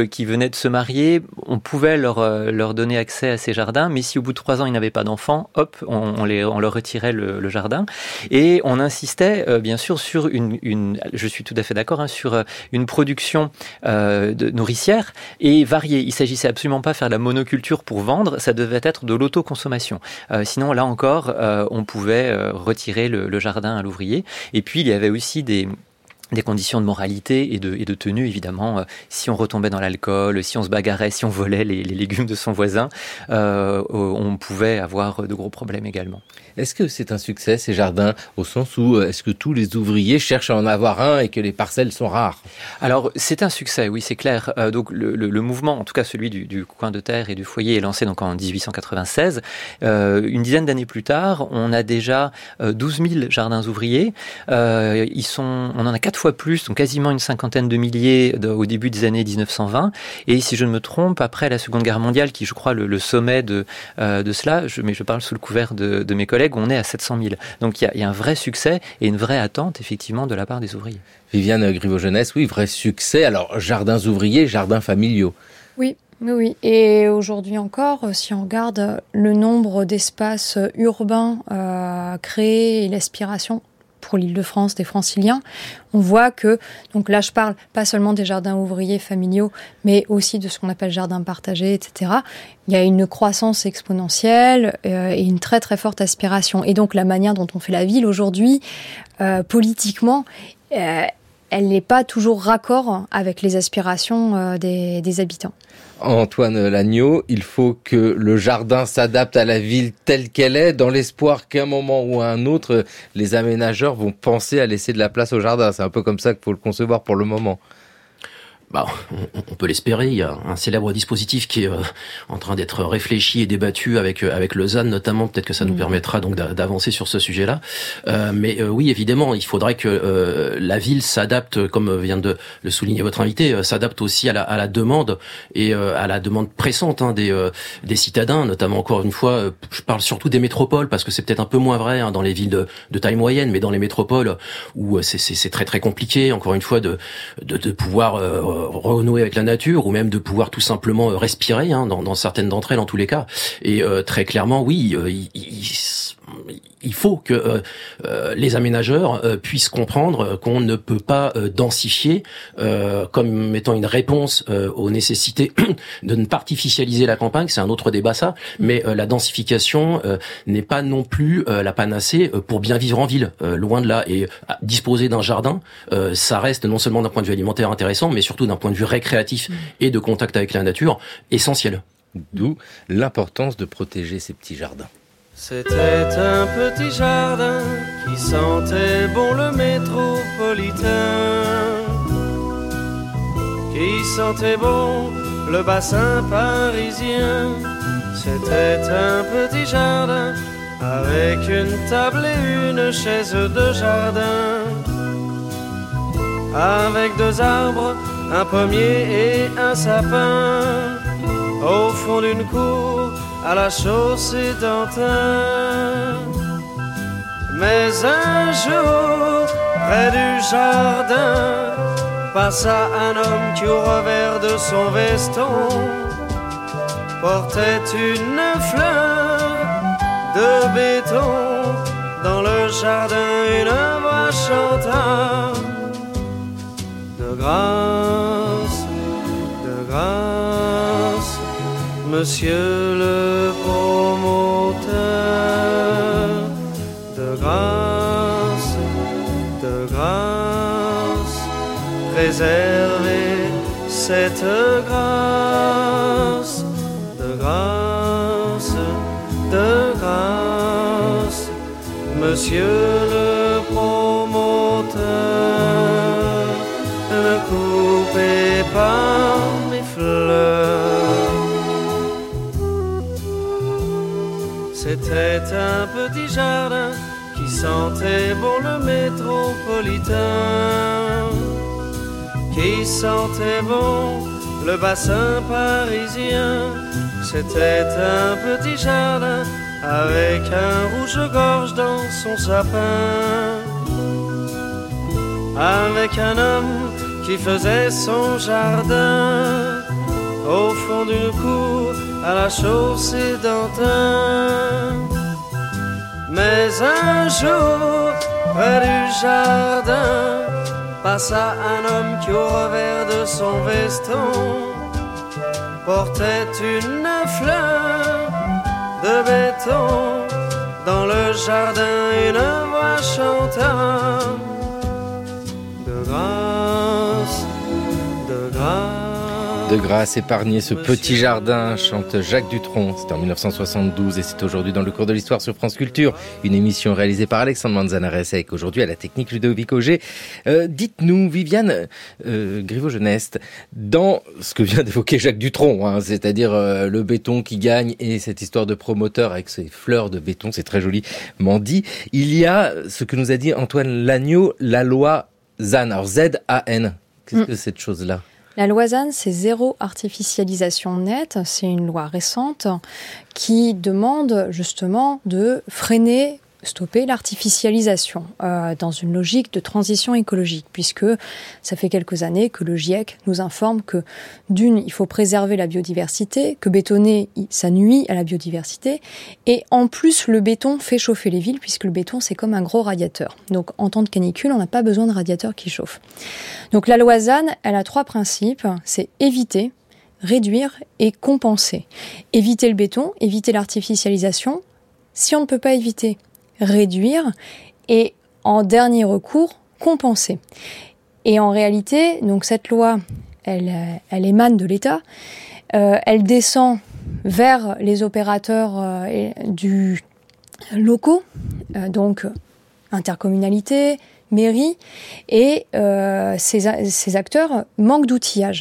venaient de se marier, on pouvait leur donner accès à ces jardins, mais si au bout de 3 ans ils n'avaient pas d'enfants, hop, on leur retirait le jardin. Et on insistait bien sûr sur je suis tout à fait d'accord, sur une production nourricière et variée. Il s'agissait absolument pas de faire de la monoculture pour vendre, ça devait être de l'autoconsommation. Sinon, là encore, on pouvait retirer le jardin à l'ouvrier. Et puis, il y avait aussi des conditions de moralité et de tenue, évidemment. Si on retombait dans l'alcool, si on se bagarrait, si on volait les légumes de son voisin, on pouvait avoir de gros problèmes également. Est-ce que c'est un succès, ces jardins, au sens où est-ce que tous les ouvriers cherchent à en avoir un et que les parcelles sont rares? Alors, c'est un succès, oui, c'est clair. Donc, le mouvement, en tout cas celui du coin de terre et du foyer, est lancé donc en 1896. Une dizaine d'années plus tard, on a déjà 12 000 jardins ouvriers. On en a 4 fois plus, donc quasiment une cinquantaine de milliers au début des années 1920. Et si je ne me trompe, après la Seconde Guerre mondiale, qui je crois le sommet de cela, mais je parle sous le couvert de mes collègues, on est à 700 000. Donc il y a un vrai succès et une vraie attente effectivement de la part des ouvriers. Viviane Griveau-Jeunesse, oui, vrai succès. Alors jardins ouvriers, jardins familiaux. Oui. Et aujourd'hui encore, si on regarde le nombre d'espaces urbains créés et l'aspiration pour l'Île-de-France des Franciliens, on voit que, donc là je parle pas seulement des jardins ouvriers familiaux, mais aussi de ce qu'on appelle jardins partagés, etc. Il y a une croissance exponentielle et une très très forte aspiration. Et donc la manière dont on fait la ville aujourd'hui, politiquement, elle n'est pas toujours raccord avec les aspirations des habitants. Antoine Lagneau, il faut que le jardin s'adapte à la ville telle qu'elle est, dans l'espoir qu'à un moment ou à un autre, les aménageurs vont penser à laisser de la place au jardin. C'est un peu comme ça qu'il faut le concevoir pour le moment. On peut l'espérer. Il y a un célèbre dispositif qui est en train d'être réfléchi et débattu avec Lausanne notamment. Peut-être que ça nous permettra donc d'avancer sur ce sujet-là. Mais oui, évidemment, il faudrait que la ville s'adapte, comme vient de le souligner votre invité, s'adapte aussi à la demande et à la demande pressante des citadins, notamment encore une fois. Je parle surtout des métropoles parce que c'est peut-être un peu moins vrai dans les villes de taille moyenne, mais dans les métropoles où c'est très très compliqué. Encore une fois, de pouvoir renouer avec la nature ou même de pouvoir tout simplement respirer dans certaines d'entre elles en tous les cas. Et très clairement, oui, il faut que les aménageurs puissent comprendre qu'on ne peut pas densifier comme étant une réponse aux nécessités de ne pas artificialiser la campagne. C'est un autre débat ça, mais la densification n'est pas non plus la panacée pour bien vivre en ville, loin de là. Et disposer d'un jardin, ça reste non seulement d'un point de vue alimentaire intéressant, mais surtout d'un point de vue récréatif et de contact avec la nature essentiel. D'où l'importance de protéger ces petits jardins. C'était un petit jardin qui sentait bon le métropolitain, qui sentait bon le bassin parisien. C'était un petit jardin avec une table et une chaise de jardin, avec 2 arbres, un pommier et un sapin, au fond d'une cour à la chaussée d'Antin. Mais un jour, près du jardin, passa un homme qui au revers de son veston portait une fleur de béton. Dans le jardin, une voix chanta: de grâce, monsieur le promoteur, de grâce, préservez cette grâce, de grâce, monsieur le promoteur, ne coupez pas mes fleurs. C'était un petit jardin qui sentait bon le métropolitain, qui sentait bon le bassin parisien. C'était un petit jardin avec un rouge-gorge dans son sapin, avec un homme qui faisait son jardin au fond d'une cour à la chaussée d'Antin. Mais un jour, près du jardin, passa un homme qui au revers de son veston portait une fleur de béton. Dans le jardin, une voix chanta de grâce, de grâce. De grâce, épargnez ce petit jardin, chante Jacques Dutronc. C'était en 1972 et c'est aujourd'hui dans le cours de l'histoire sur France Culture. Une émission réalisée par Alexandre Manzanares avec aujourd'hui à la technique Ludovic Auger. Dites-nous, Viviane Griveau-Geneste, dans ce que vient d'évoquer Jacques Dutronc, c'est-à-dire le béton qui gagne et cette histoire de promoteur avec ses fleurs de béton, c'est très joliment dit. Il y a ce que nous a dit Antoine Lagneau, la loi ZAN. Alors Z-A-N, qu'est-ce que c'est cette chose-là ? La loi ZAN, c'est zéro artificialisation nette. C'est une loi récente qui demande justement de freiner, stopper l'artificialisation dans une logique de transition écologique, puisque ça fait quelques années que le GIEC nous informe que d'une, il faut préserver la biodiversité, que bétonner, ça nuit à la biodiversité, et en plus le béton fait chauffer les villes, puisque le béton c'est comme un gros radiateur. Donc en temps de canicule, on n'a pas besoin de radiateur qui chauffe. Donc la loi ZAN, elle a 3 principes, c'est éviter, réduire et compenser. Éviter le béton, éviter l'artificialisation. Si on ne peut pas éviter, réduire et en dernier recours, compenser. Et en réalité, donc cette loi, elle émane de l'État, elle descend vers les opérateurs du locaux, donc intercommunalité, mairie, et ces acteurs manquent d'outillage.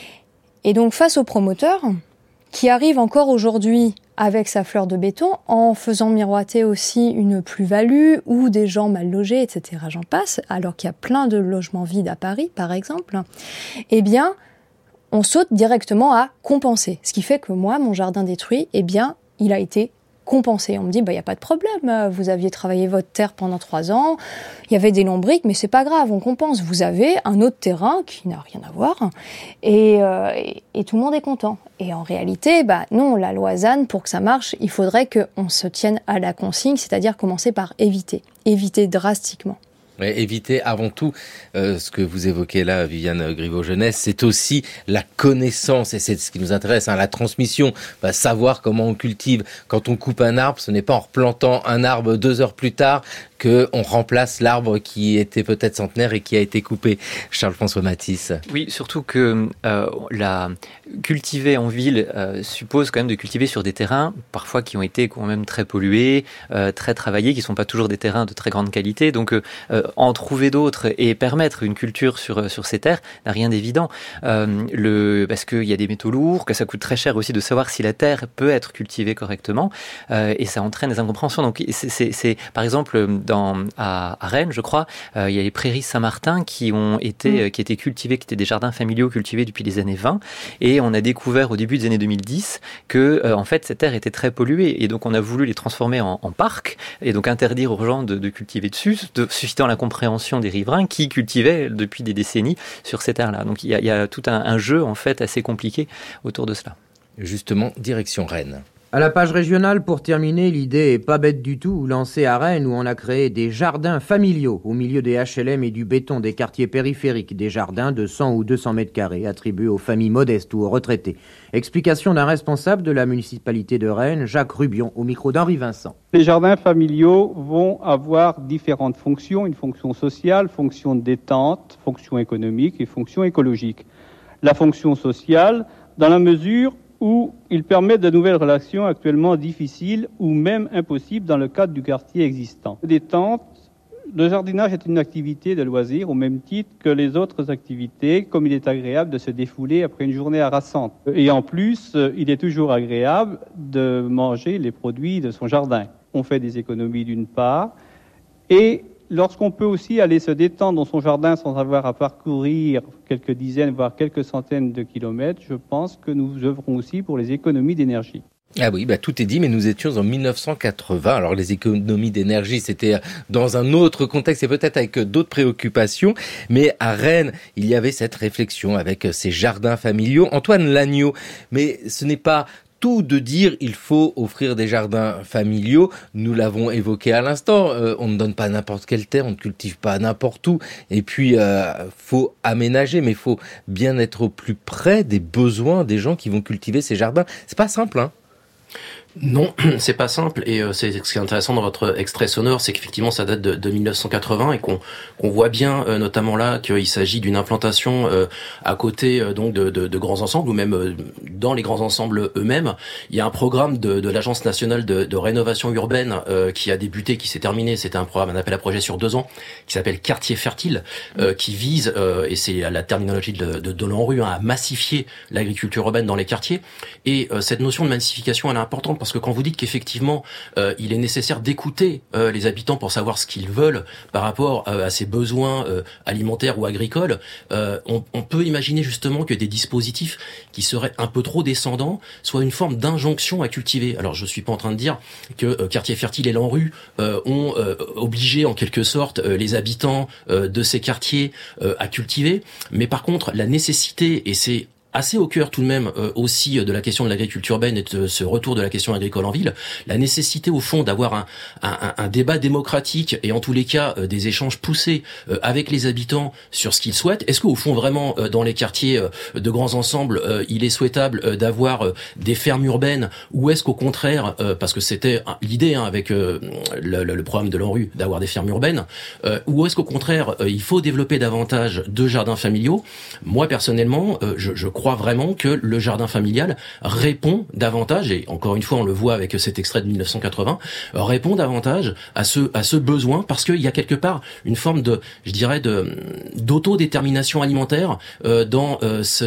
Et donc face aux promoteurs, qui arrivent encore aujourd'hui avec sa fleur de béton, en faisant miroiter aussi une plus-value ou des gens mal logés, etc. J'en passe, alors qu'il y a plein de logements vides à Paris, par exemple, eh bien, on saute directement à compenser. Ce qui fait que moi, mon jardin détruit, eh bien, il a été compensé. On me dit, il n'y a pas de problème, vous aviez travaillé votre terre pendant 3 ans, il y avait des lombriques, mais c'est pas grave, on compense. Vous avez un autre terrain qui n'a rien à voir, et tout le monde est content. Et en réalité, non, la loi ZAN, pour que ça marche, il faudrait qu'on se tienne à la consigne, c'est-à-dire commencer par éviter drastiquement. Ouais, éviter avant tout ce que vous évoquez là, Viviane Griveau-Geneste, c'est aussi la connaissance et c'est ce qui nous intéresse, la transmission, savoir comment on cultive. Quand on coupe un arbre, ce n'est pas en replantant un arbre 2 heures plus tard qu'on remplace l'arbre qui était peut-être centenaire et qui a été coupé. Charles-François Mathis. Oui, surtout que cultiver en ville suppose quand même de cultiver sur des terrains parfois qui ont été quand même très pollués, très travaillés, qui ne sont pas toujours des terrains de très grande qualité. Donc en trouver d'autres et permettre une culture sur ces terres n'a rien d'évident. Parce qu'il y a des métaux lourds, que ça coûte très cher aussi de savoir si la terre peut être cultivée correctement, et ça entraîne des incompréhensions. Donc c'est par exemple à Rennes, je crois, il y a les prairies Saint-Martin qui étaient cultivées, qui étaient des jardins familiaux cultivés depuis les années 20, et on a découvert au début des années 2010 que en fait cette terre était très polluée, et donc on a voulu les transformer en parcs, et donc interdire aux gens de cultiver dessus, suscitant l'incompréhension des riverains qui cultivaient depuis des décennies sur ces terres-là. Donc il y a tout un jeu en fait assez compliqué autour de cela. Justement, direction Rennes. À la page régionale, pour terminer, l'idée est pas bête du tout, lancée à Rennes où on a créé des jardins familiaux au milieu des HLM et du béton des quartiers périphériques, des jardins de 100 ou 200 mètres carrés attribués aux familles modestes ou aux retraités. Explication d'un responsable de la municipalité de Rennes, Jacques Rubion, au micro d'Henri Vincent. Les jardins familiaux vont avoir différentes fonctions, une fonction sociale, fonction de détente, fonction économique et fonction écologique. La fonction sociale, dans la mesure où ils permettent de nouvelles relations actuellement difficiles ou même impossibles dans le cadre du quartier existant. Détente, le jardinage est une activité de loisir au même titre que les autres activités, comme il est agréable de se défouler après une journée harassante. Et en plus, il est toujours agréable de manger les produits de son jardin. On fait des économies d'une part, et lorsqu'on peut aussi aller se détendre dans son jardin sans avoir à parcourir quelques dizaines, voire quelques centaines de kilomètres, je pense que nous œuvrons aussi pour les économies d'énergie. Ah oui, tout est dit, mais nous étions en 1980. Alors les économies d'énergie, c'était dans un autre contexte et peut-être avec d'autres préoccupations. Mais à Rennes, il y avait cette réflexion avec ces jardins familiaux. Antoine Lagneau, mais ce n'est pas tout de dire il faut offrir des jardins familiaux. Nous l'avons évoqué à l'instant. On ne donne pas n'importe quelle terre, on ne cultive pas n'importe où. Et puis, faut aménager, mais il faut bien être au plus près des besoins des gens qui vont cultiver ces jardins. C'est pas simple, hein? Non, c'est pas simple, et c'est ce qui est intéressant dans votre extrait sonore, c'est qu'effectivement ça date de 1980 et qu'on voit bien notamment là qu'il s'agit d'une implantation à côté donc de grands ensembles, ou même dans les grands ensembles eux-mêmes. Il y a un programme de l'Agence nationale de rénovation urbaine qui a débuté, qui s'est terminé. C'était un programme, un appel à projet sur 2 ans, qui s'appelle Quartier Fertile, qui vise, et c'est la terminologie de l'ANRU, à massifier l'agriculture urbaine dans les quartiers. Et cette notion de massification, elle est importante, parce que quand vous dites qu'effectivement il est nécessaire d'écouter les habitants pour savoir ce qu'ils veulent par rapport à ces besoins alimentaires ou agricoles, on peut imaginer justement que des dispositifs qui seraient un peu trop descendants soient une forme d'injonction à cultiver. Alors je suis pas en train de dire que Quartier Fertile et l'ANRU ont obligé en quelque sorte les habitants de ces quartiers à cultiver, mais par contre la nécessité, et c'est assez au cœur tout de même aussi de la question de l'agriculture urbaine et de ce retour de la question agricole en ville, la nécessité au fond d'avoir un débat démocratique et en tous les cas des échanges poussés avec les habitants sur ce qu'ils souhaitent. Est-ce qu'au fond vraiment dans les quartiers de grands ensembles il est souhaitable d'avoir des fermes urbaines, ou est-ce qu'au contraire, parce que c'était l'idée avec le programme de l'ANRU d'avoir des fermes urbaines, ou est-ce qu'au contraire il faut développer davantage de jardins familiaux? Moi personnellement je crois vraiment que le jardin familial répond davantage, et encore une fois on le voit avec cet extrait de 1980, répond davantage à ce besoin, parce qu'il y a quelque part une forme de, je dirais, d'autodétermination alimentaire dans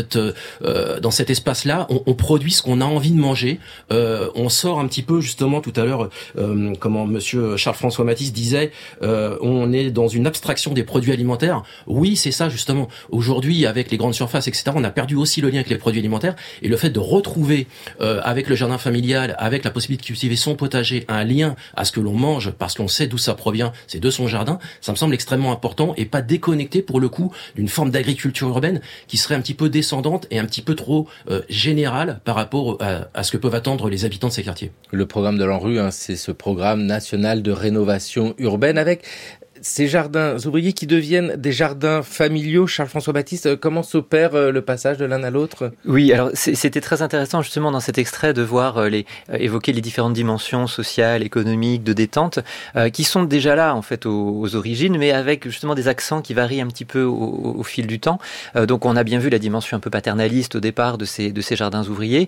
cet espace-là. On produit ce qu'on a envie de manger. On sort un petit peu, justement tout à l'heure, comment Monsieur Charles-François Mathis disait, on est dans une abstraction des produits alimentaires. Oui, c'est ça justement. Aujourd'hui, avec les grandes surfaces, etc., on a perdu aussi le lien avec les produits alimentaires, et le fait de retrouver avec le jardin familial, avec la possibilité de cultiver son potager, un lien à ce que l'on mange parce qu'on sait d'où ça provient, c'est de son jardin, ça me semble extrêmement important, et pas déconnecté pour le coup d'une forme d'agriculture urbaine qui serait un petit peu descendante et un petit peu trop générale par rapport à ce que peuvent attendre les habitants de ces quartiers. Le programme de l'ANRU, c'est ce programme national de rénovation urbaine avec ces jardins ouvriers qui deviennent des jardins familiaux. Charles-François Baptiste, comment s'opère le passage de l'un à l'autre? Oui, alors c'était très intéressant justement dans cet extrait de voir évoquer les différentes dimensions sociales, économiques, de détente, qui sont déjà là en fait aux origines, mais avec justement des accents qui varient un petit peu au fil du temps. Donc on a bien vu la dimension un peu paternaliste au départ de ces jardins ouvriers,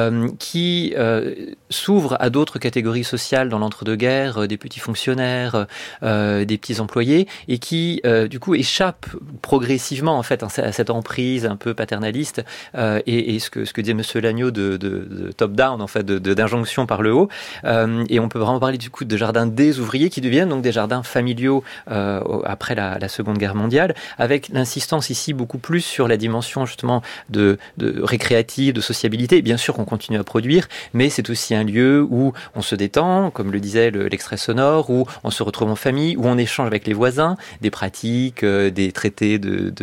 qui s'ouvrent à d'autres catégories sociales dans l'entre-deux-guerres, des petits fonctionnaires, des petits employés, et qui du coup échappent progressivement en fait à cette emprise un peu paternaliste et ce que disait Monsieur Lagneau de top down en fait, d'injonction par le haut, et on peut vraiment parler du coup de jardins des ouvriers qui deviennent donc des jardins familiaux après la Seconde Guerre mondiale, avec l'insistance ici beaucoup plus sur la dimension justement de récréative, de sociabilité. Bien sûr qu'on continue à produire, mais c'est aussi un lieu où on se détend, comme le disait l'extrait sonore, où on se retrouve en famille, où on échange avec les voisins, des pratiques, des traités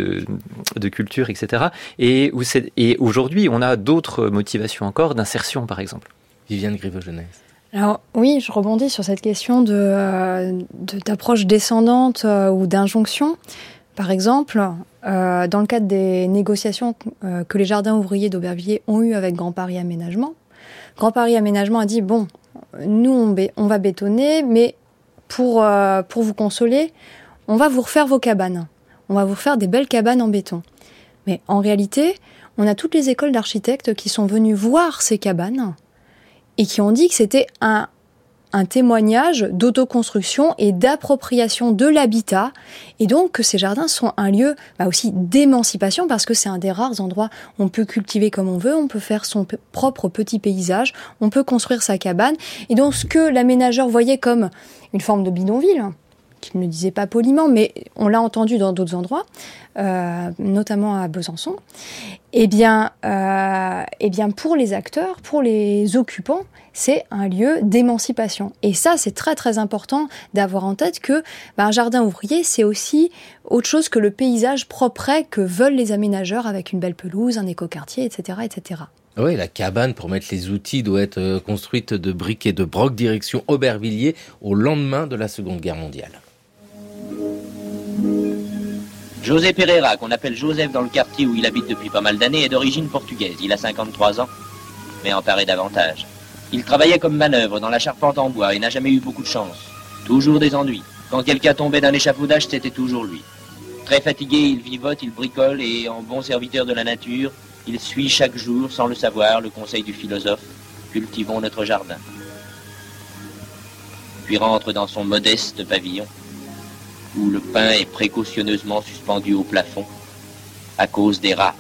de culture, etc. Et aujourd'hui, on a d'autres motivations encore, d'insertion par exemple. Viviane Griveau-Jeunesse. Alors oui, je rebondis sur cette question d'approche descendante ou d'injonction. Par exemple, dans le cadre des négociations que les jardins ouvriers d'Aubervilliers ont eues avec Grand Paris Aménagement, Grand Paris Aménagement a dit, bon, nous on va bétonner, mais pour vous consoler, on va vous refaire vos cabanes. On va vous refaire des belles cabanes en béton. Mais en réalité, on a toutes les écoles d'architectes qui sont venues voir ces cabanes et qui ont dit que c'était un témoignage d'autoconstruction et d'appropriation de l'habitat, et donc que ces jardins sont un lieu aussi d'émancipation, parce que c'est un des rares endroits où on peut cultiver comme on veut, on peut faire son propre petit paysage, on peut construire sa cabane, et donc ce que l'aménageur voyait comme une forme de bidonville, qu'il ne disait pas poliment, mais on l'a entendu dans d'autres endroits, notamment à Besançon. Eh bien, pour les acteurs, pour les occupants, c'est un lieu d'émancipation. Et ça, c'est très très important d'avoir en tête que un jardin ouvrier, c'est aussi autre chose que le paysage propre que veulent les aménageurs avec une belle pelouse, un écoquartier, etc., etc. Oui, la cabane pour mettre les outils doit être construite de briques et de brocs, direction Aubervilliers, au lendemain de la Seconde Guerre mondiale. José Pereira, qu'on appelle Joseph dans le quartier où il habite depuis pas mal d'années, est d'origine portugaise. Il a 53 ans, mais en paraît davantage. Il travaillait comme manœuvre dans la charpente en bois et n'a jamais eu beaucoup de chance. Toujours des ennuis. Quand quelqu'un tombait d'un échafaudage, c'était toujours lui. Très fatigué, il vivote, il bricole et, en bon serviteur de la nature, il suit chaque jour, sans le savoir, le conseil du philosophe. Cultivons notre jardin. Puis rentre dans son modeste pavillon, où le pain est précautionneusement suspendu au plafond, à cause des rats.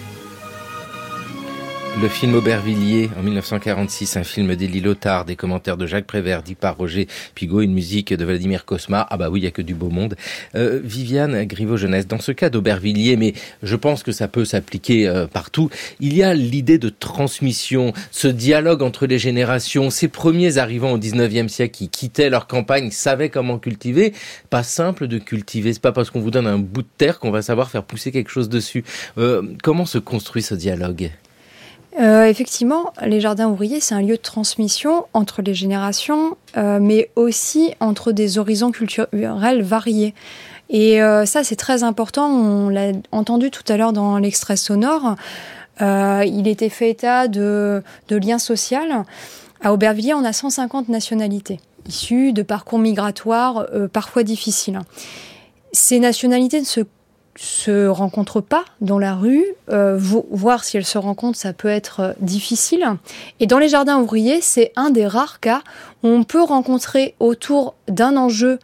Le film Aubervilliers, en 1946, un film d'Élie Lothar, des commentaires de Jacques Prévert, dit par Roger Pigaut, une musique de Vladimir Cosma. Ah bah oui, il y a que du beau monde. Viviane Griveaux-Jeunesse, dans ce cas d'Aubervilliers, mais je pense que ça peut s'appliquer partout, il y a l'idée de transmission, ce dialogue entre les générations, ces premiers arrivants au 19e siècle qui quittaient leur campagne, savaient comment cultiver. Pas simple de cultiver, c'est pas parce qu'on vous donne un bout de terre qu'on va savoir faire pousser quelque chose dessus. Comment se construit ce dialogue ? Effectivement, les jardins ouvriers, c'est un lieu de transmission entre les générations, mais aussi entre des horizons culturels variés. Et ça, c'est très important. On l'a entendu tout à l'heure dans l'extrait sonore. Il était fait état de liens sociaux. À Aubervilliers, on a 150 nationalités, issues de parcours migratoires parfois difficiles. Ces nationalités ne se rencontrent pas dans la rue, voir si elles se rencontrent, ça peut être difficile. Et dans les jardins ouvriers, c'est un des rares cas où on peut rencontrer autour d'un enjeu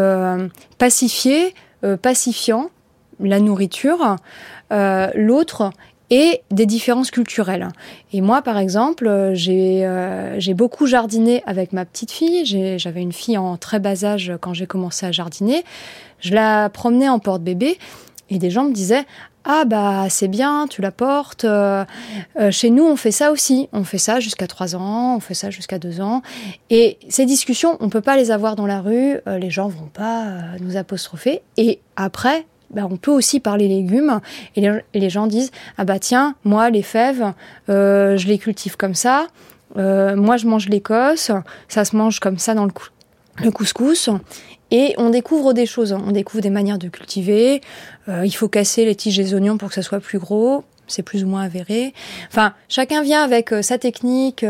pacifié, pacifiant, la nourriture, l'autre, et des différences culturelles. Et moi, par exemple, j'ai beaucoup jardiné avec ma petite fille. J'avais une fille en très bas âge quand j'ai commencé à jardiner. Je la promenais en porte-bébé. Et des gens me disaient « Ah bah c'est bien, tu la portes. Chez nous, on fait ça aussi. On fait ça jusqu'à 3 ans, on fait ça jusqu'à 2 ans. » Et ces discussions, on ne peut pas les avoir dans la rue. Les gens ne vont pas nous apostropher. Et après, on peut aussi parler légumes. Et les gens disent « Ah bah tiens, moi, les fèves, je les cultive comme ça. Moi, je mange l'Écosse. Ça se mange comme ça dans le couscous. » Et on découvre des choses, on découvre des manières de cultiver. Il faut casser les tiges des oignons pour que ça soit plus gros. C'est plus ou moins avéré. Enfin, chacun vient avec sa technique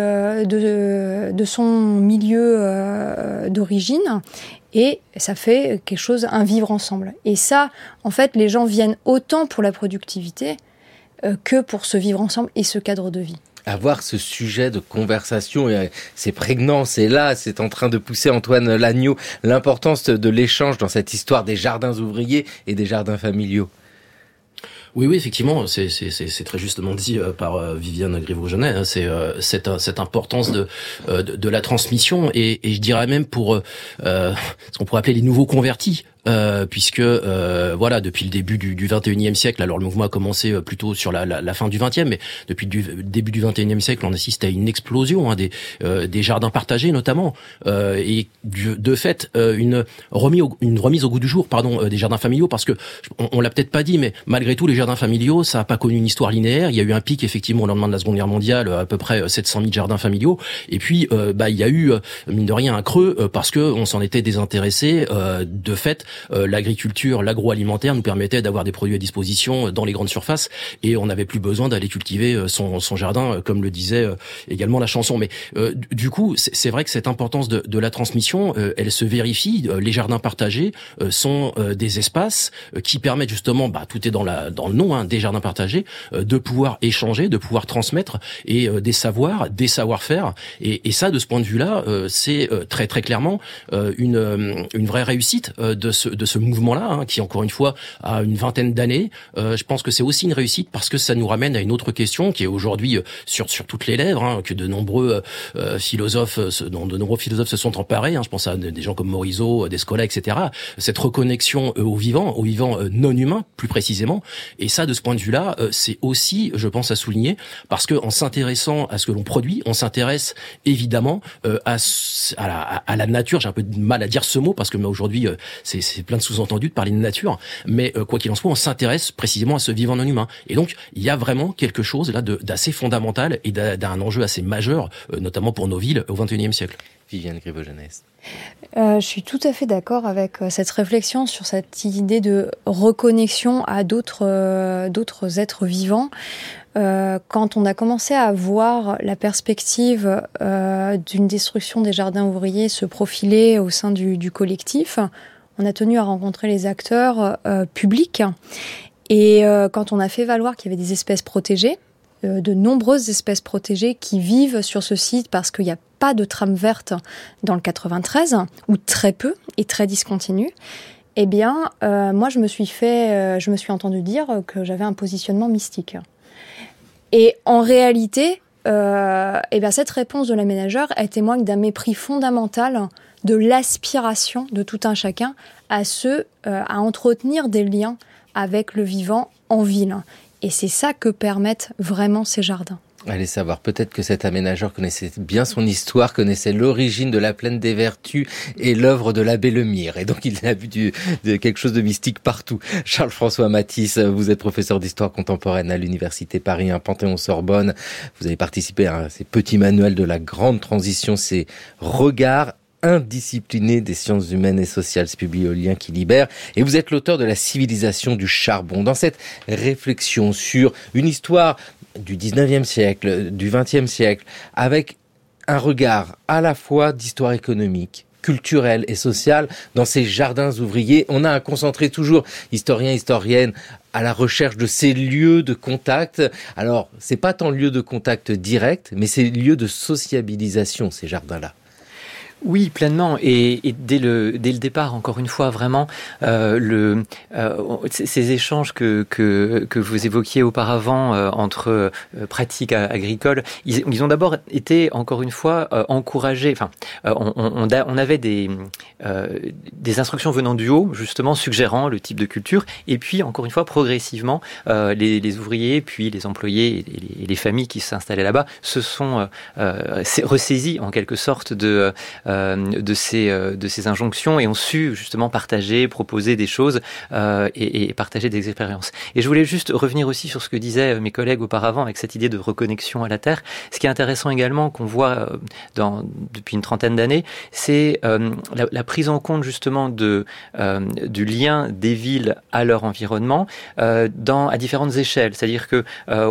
de son milieu d'origine. Et ça fait quelque chose, un vivre ensemble. Et ça, en fait, les gens viennent autant pour la productivité que pour ce vivre ensemble et ce cadre de vie. Avoir ce sujet de conversation, c'est prégnant, c'est là, c'est en train de pousser Antoine Lagneau, l'importance de l'échange dans cette histoire des jardins ouvriers et des jardins familiaux. Oui, effectivement, c'est très justement dit par Viviane Griveaux-Jeunesse. C'est cette importance de la transmission et je dirais même pour ce qu'on pourrait appeler les nouveaux convertis. Puisque voilà, depuis le début du 21e siècle, alors le mouvement a commencé plutôt sur la fin du 20e, mais depuis le début du 21e siècle, on assiste à une explosion des jardins partagés notamment, et de fait une remise au goût du jour, des jardins familiaux, parce que on l'a peut-être pas dit, mais malgré tout les jardins familiaux, ça a pas connu une histoire linéaire. Il y a eu un pic effectivement au lendemain de la Seconde Guerre mondiale, à peu près 700 000 jardins familiaux, et puis il y a eu mine de rien un creux parce que on s'en était désintéressé. De fait, l'agriculture, l'agroalimentaire nous permettait d'avoir des produits à disposition dans les grandes surfaces et on n'avait plus besoin d'aller cultiver son jardin, comme le disait également la chanson. Mais du coup, c'est vrai que cette importance de la transmission, elle se vérifie. Les jardins partagés sont des espaces qui permettent justement, tout est dans le nom, des jardins partagés, de pouvoir échanger, de pouvoir transmettre et des savoirs, des savoir-faire. Et ça, de ce point de vue-là, c'est très très clairement une vraie réussite de ce mouvement-là, qui encore une fois a une vingtaine d'années. Je pense que c'est aussi une réussite parce que ça nous ramène à une autre question qui est aujourd'hui sur toutes les lèvres, que de nombreux philosophes se sont emparés. Je pense à des gens comme Morisot, Descola, etc. Cette reconnexion au vivant non humain, plus précisément. Et ça, de ce point de vue-là, c'est aussi, je pense, à souligner, parce que en s'intéressant à ce que l'on produit, on s'intéresse évidemment à la nature. J'ai un peu de mal à dire ce mot parce que aujourd'hui, c'est plein de sous-entendus de parler de nature. Mais quoi qu'il en soit, on s'intéresse précisément à ce vivant non humain. Et donc, il y a vraiment quelque chose là d'assez fondamental et d'un enjeu assez majeur, notamment pour nos villes au XXIe siècle. Viviane Griveau-Jeunesse. Je suis tout à fait d'accord avec cette réflexion sur cette idée de reconnexion à d'autres êtres vivants. Quand on a commencé à voir la perspective d'une destruction des jardins ouvriers se profiler au sein du collectif, on a tenu à rencontrer les acteurs publics. Et quand on a fait valoir qu'il y avait des espèces protégées, de nombreuses espèces protégées qui vivent sur ce site parce qu'il n'y a pas de trame verte dans le 93, ou très peu, et très discontinue, eh bien, moi, je me suis entendu dire que j'avais un positionnement mystique. Et en réalité, cette réponse de l'aménageur, elle témoigne d'un mépris fondamental de l'aspiration de tout un chacun à entretenir des liens avec le vivant en ville. Et c'est ça que permettent vraiment ces jardins. Allez savoir, peut-être que cet aménageur connaissait bien son histoire, connaissait l'origine de la Plaine des Vertus et l'œuvre de l'abbé Lemire. Et donc il a vu de quelque chose de mystique partout. Charles-François Mathis, vous êtes professeur d'histoire contemporaine à l'Université Paris 1 Panthéon-Sorbonne. Vous avez participé à ces petits manuels de la grande transition, ces regards indiscipliné des sciences humaines et sociales, c'est publié au Lien qui libère, et vous êtes l'auteur de La civilisation du charbon. Dans cette réflexion sur une histoire du 19e siècle, du 20e siècle, avec un regard à la fois d'histoire économique, culturelle et sociale dans ces jardins ouvriers, on a à concentrer toujours, historiens, historiennes, à la recherche de ces lieux de contact. Alors, c'est pas tant lieu de contact direct, mais c'est lieu de sociabilisation, ces jardins-là. Oui, pleinement. Et dès le départ, encore une fois, vraiment, ces échanges que vous évoquiez auparavant entre pratiques agricoles, ils ont d'abord été, encore une fois, encouragés. Enfin, on avait des instructions venant du haut, justement, suggérant le type de culture. Et puis, encore une fois, progressivement, les ouvriers, puis les employés et les familles qui s'installaient là-bas se sont ressaisis, en quelque sorte, de ces injonctions et ont su justement partager, proposer des choses et partager des expériences. Et je voulais juste revenir aussi sur ce que disaient mes collègues auparavant avec cette idée de reconnexion à la terre. Ce qui est intéressant également qu'on voit depuis une trentaine d'années, c'est la prise en compte justement du lien des villes à leur environnement à différentes échelles. C'est-à-dire que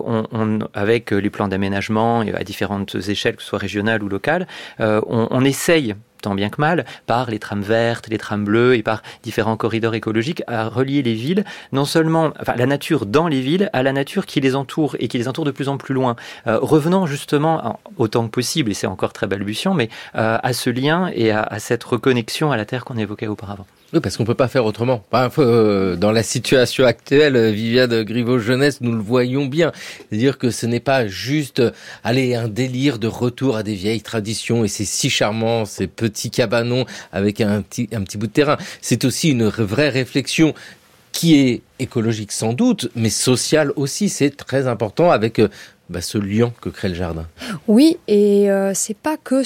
avec les plans d'aménagement à différentes échelles, que ce soit régionales ou locales, on essaye tant bien que mal, par les trames vertes, les trames bleues et par différents corridors écologiques, à relier les villes, non seulement, la nature dans les villes, à la nature qui les entoure et qui les entoure de plus en plus loin. Revenant justement, autant que possible, et c'est encore très balbutiant, mais à ce lien et à cette reconnexion à la terre qu'on évoquait auparavant. Oui, parce qu'on peut pas faire autrement. Dans la situation actuelle, Viviane Griveau-Jeunesse, nous le voyons bien. C'est-à-dire que ce n'est pas juste, un délire de retour à des vieilles traditions et c'est si charmant, ces petits cabanons avec un petit bout de terrain. C'est aussi une vraie réflexion qui est écologique sans doute, mais sociale aussi. C'est très important avec ce lien que crée le jardin. Oui, et c'est pas que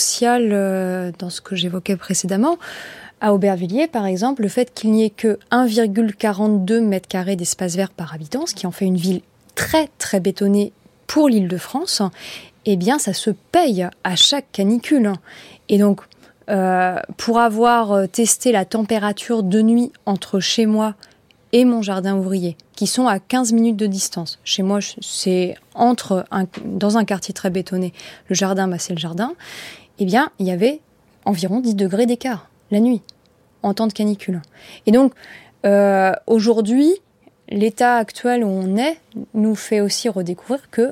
social dans ce que j'évoquais précédemment. À Aubervilliers, par exemple, le fait qu'il n'y ait que 1,42 m² d'espace vert par habitant, ce qui en fait une ville très très bétonnée pour l'Île-de-France, eh bien ça se paye à chaque canicule. Et donc, pour avoir testé la température de nuit entre chez moi et mon jardin ouvrier, qui sont à 15 minutes de distance. Chez moi, c'est dans un quartier très bétonné. Le jardin, c'est le jardin. Eh bien, il y avait environ 10 degrés d'écart la nuit, en temps de canicule. Et donc, aujourd'hui, l'état actuel où on est nous fait aussi redécouvrir que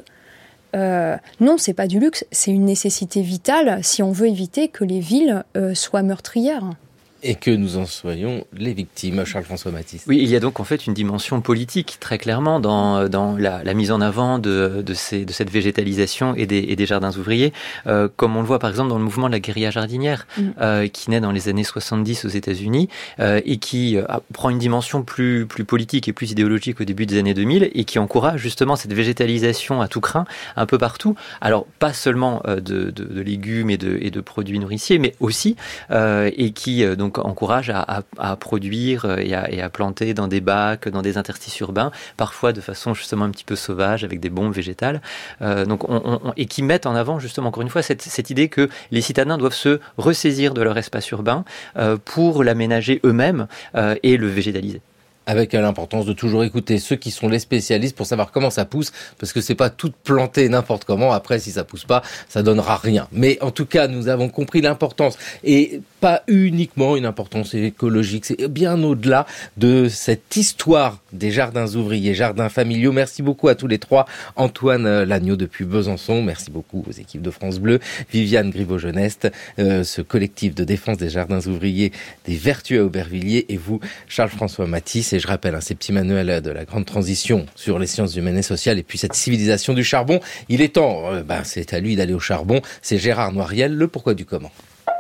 non, c'est pas du luxe, c'est une nécessité vitale si on veut éviter que les villes soient meurtrières. Et que nous en soyons les victimes, Charles-François Mathis. Oui, il y a donc en fait une dimension politique très clairement dans la mise en avant de cette végétalisation et des jardins ouvriers, comme on le voit par exemple dans le mouvement de la guérilla jardinière, qui naît dans les années 70 aux États-Unis et qui prend une dimension plus politique et plus idéologique au début des années 2000 et qui encourage justement cette végétalisation à tout crin un peu partout. Alors pas seulement de légumes et de produits nourriciers, mais aussi et qui donc encourage à produire et à planter dans des bacs, dans des interstices urbains, parfois de façon justement un petit peu sauvage, avec des bombes végétales, et qui mettent en avant justement encore une fois cette idée que les citadins doivent se ressaisir de leur espace urbain pour l'aménager eux-mêmes et le végétaliser. Avec l'importance de toujours écouter ceux qui sont les spécialistes pour savoir comment ça pousse, parce que c'est pas tout planté n'importe comment. Après, si ça pousse pas, ça donnera rien. Mais en tout cas, nous avons compris l'importance, et pas uniquement une importance écologique, c'est bien au-delà de cette histoire des jardins ouvriers, jardins familiaux. Merci beaucoup à tous les trois. Antoine Lagneau depuis Besançon, merci beaucoup aux équipes de France Bleu, Viviane Griveau-Geneste, ce collectif de défense des jardins ouvriers des Vertus à Aubervilliers, et vous, Charles-François Mathis. Et je rappelle, ces petits manuels de la grande transition sur les sciences humaines et sociales, et puis cette civilisation du charbon. Il est temps, c'est à lui d'aller au charbon. C'est Gérard Noiriel, le pourquoi du comment.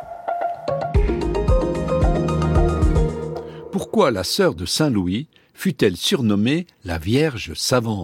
Pourquoi la sœur de Saint-Louis fut-elle surnommée la Vierge savante ?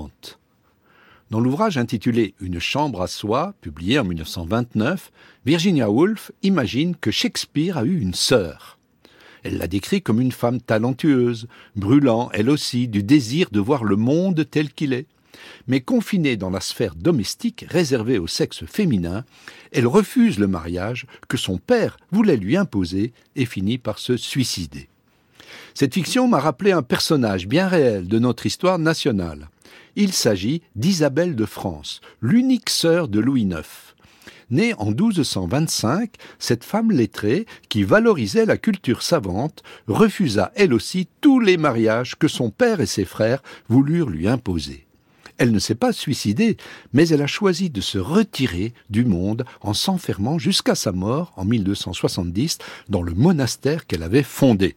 Dans l'ouvrage intitulé « Une chambre à soi », publié en 1929, Virginia Woolf imagine que Shakespeare a eu une sœur. Elle la décrit comme une femme talentueuse, brûlant, elle aussi, du désir de voir le monde tel qu'il est. Mais confinée dans la sphère domestique réservée au sexe féminin, elle refuse le mariage que son père voulait lui imposer et finit par se suicider. Cette fiction m'a rappelé un personnage bien réel de notre histoire nationale. Il s'agit d'Isabelle de France, l'unique sœur de Louis IX. Née en 1225, cette femme lettrée, qui valorisait la culture savante, refusa elle aussi tous les mariages que son père et ses frères voulurent lui imposer. Elle ne s'est pas suicidée, mais elle a choisi de se retirer du monde en s'enfermant jusqu'à sa mort en 1270 dans le monastère qu'elle avait fondé.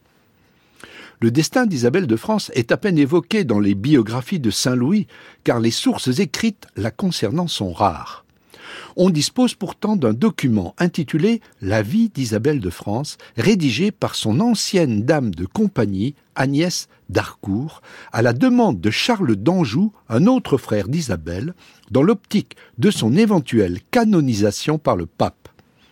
Le destin d'Isabelle de France est à peine évoqué dans les biographies de Saint-Louis, car les sources écrites la concernant sont rares. On dispose pourtant d'un document intitulé « La vie d'Isabelle de France », rédigé par son ancienne dame de compagnie, Agnès d'Harcourt, à la demande de Charles d'Anjou, un autre frère d'Isabelle, dans l'optique de son éventuelle canonisation par le pape.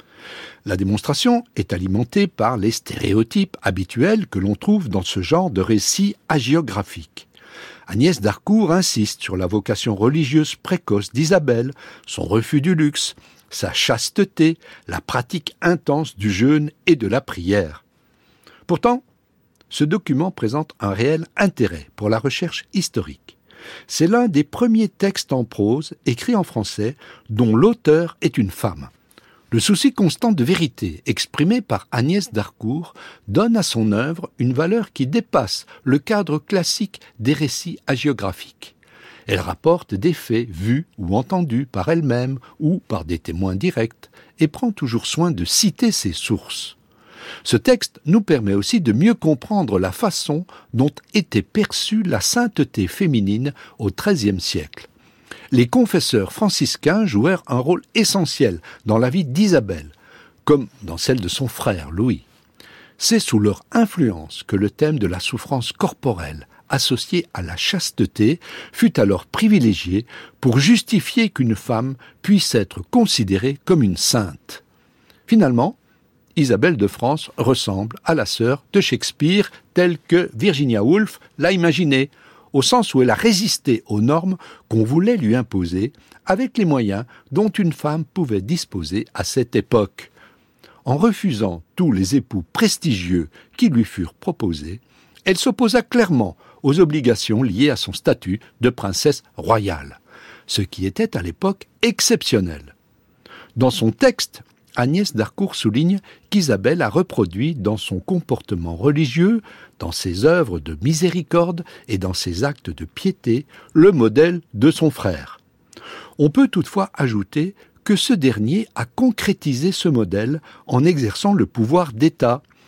La démonstration est alimentée par les stéréotypes habituels que l'on trouve dans ce genre de récit hagiographique. Agnès d'Harcourt insiste sur la vocation religieuse précoce d'Isabelle, son refus du luxe, sa chasteté, la pratique intense du jeûne et de la prière. Pourtant, ce document présente un réel intérêt pour la recherche historique. C'est l'un des premiers textes en prose écrits en français dont l'auteur est une femme. Le souci constant de vérité exprimé par Agnès d'Harcourt donne à son œuvre une valeur qui dépasse le cadre classique des récits hagiographiques. Elle rapporte des faits vus ou entendus par elle-même ou par des témoins directs et prend toujours soin de citer ses sources. Ce texte nous permet aussi de mieux comprendre la façon dont était perçue la sainteté féminine au XIIIe siècle. Les confesseurs franciscains jouèrent un rôle essentiel dans la vie d'Isabelle, comme dans celle de son frère Louis. C'est sous leur influence que le thème de la souffrance corporelle, associé à la chasteté, fut alors privilégié pour justifier qu'une femme puisse être considérée comme une sainte. Finalement, Isabelle de France ressemble à la sœur de Shakespeare telle que Virginia Woolf l'a imaginée, au sens où elle a résisté aux normes qu'on voulait lui imposer, avec les moyens dont une femme pouvait disposer à cette époque. En refusant tous les époux prestigieux qui lui furent proposés, elle s'opposa clairement aux obligations liées à son statut de princesse royale, ce qui était à l'époque exceptionnel. Dans son texte, Agnès d'Harcourt souligne qu'Isabelle a reproduit dans son comportement religieux, dans ses œuvres de miséricorde et dans ses actes de piété, le modèle de son frère. On peut toutefois ajouter que ce dernier a concrétisé ce modèle en exerçant le pouvoir d'État,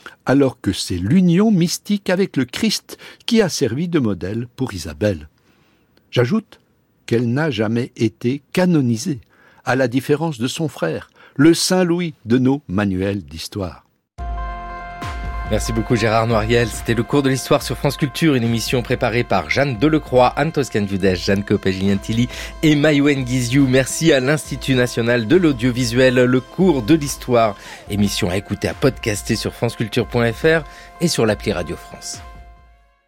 alors que c'est l'union mystique avec le Christ qui a servi de modèle pour Isabelle. J'ajoute qu'elle n'a jamais été canonisée, à la différence de son frère, le Saint Louis de nos manuels d'histoire. Merci beaucoup Gérard Noiriel. C'était le cours de l'histoire sur France Culture, une émission préparée par Jeanne Delecroix, Anne Toscan-Viudèche, Jeanne Copé-Giliantilly et Maïwen Guizou. Merci à l'Institut National de l'Audiovisuel, le cours de l'histoire. Émission à écouter, à podcaster sur franceculture.fr et sur l'appli Radio France.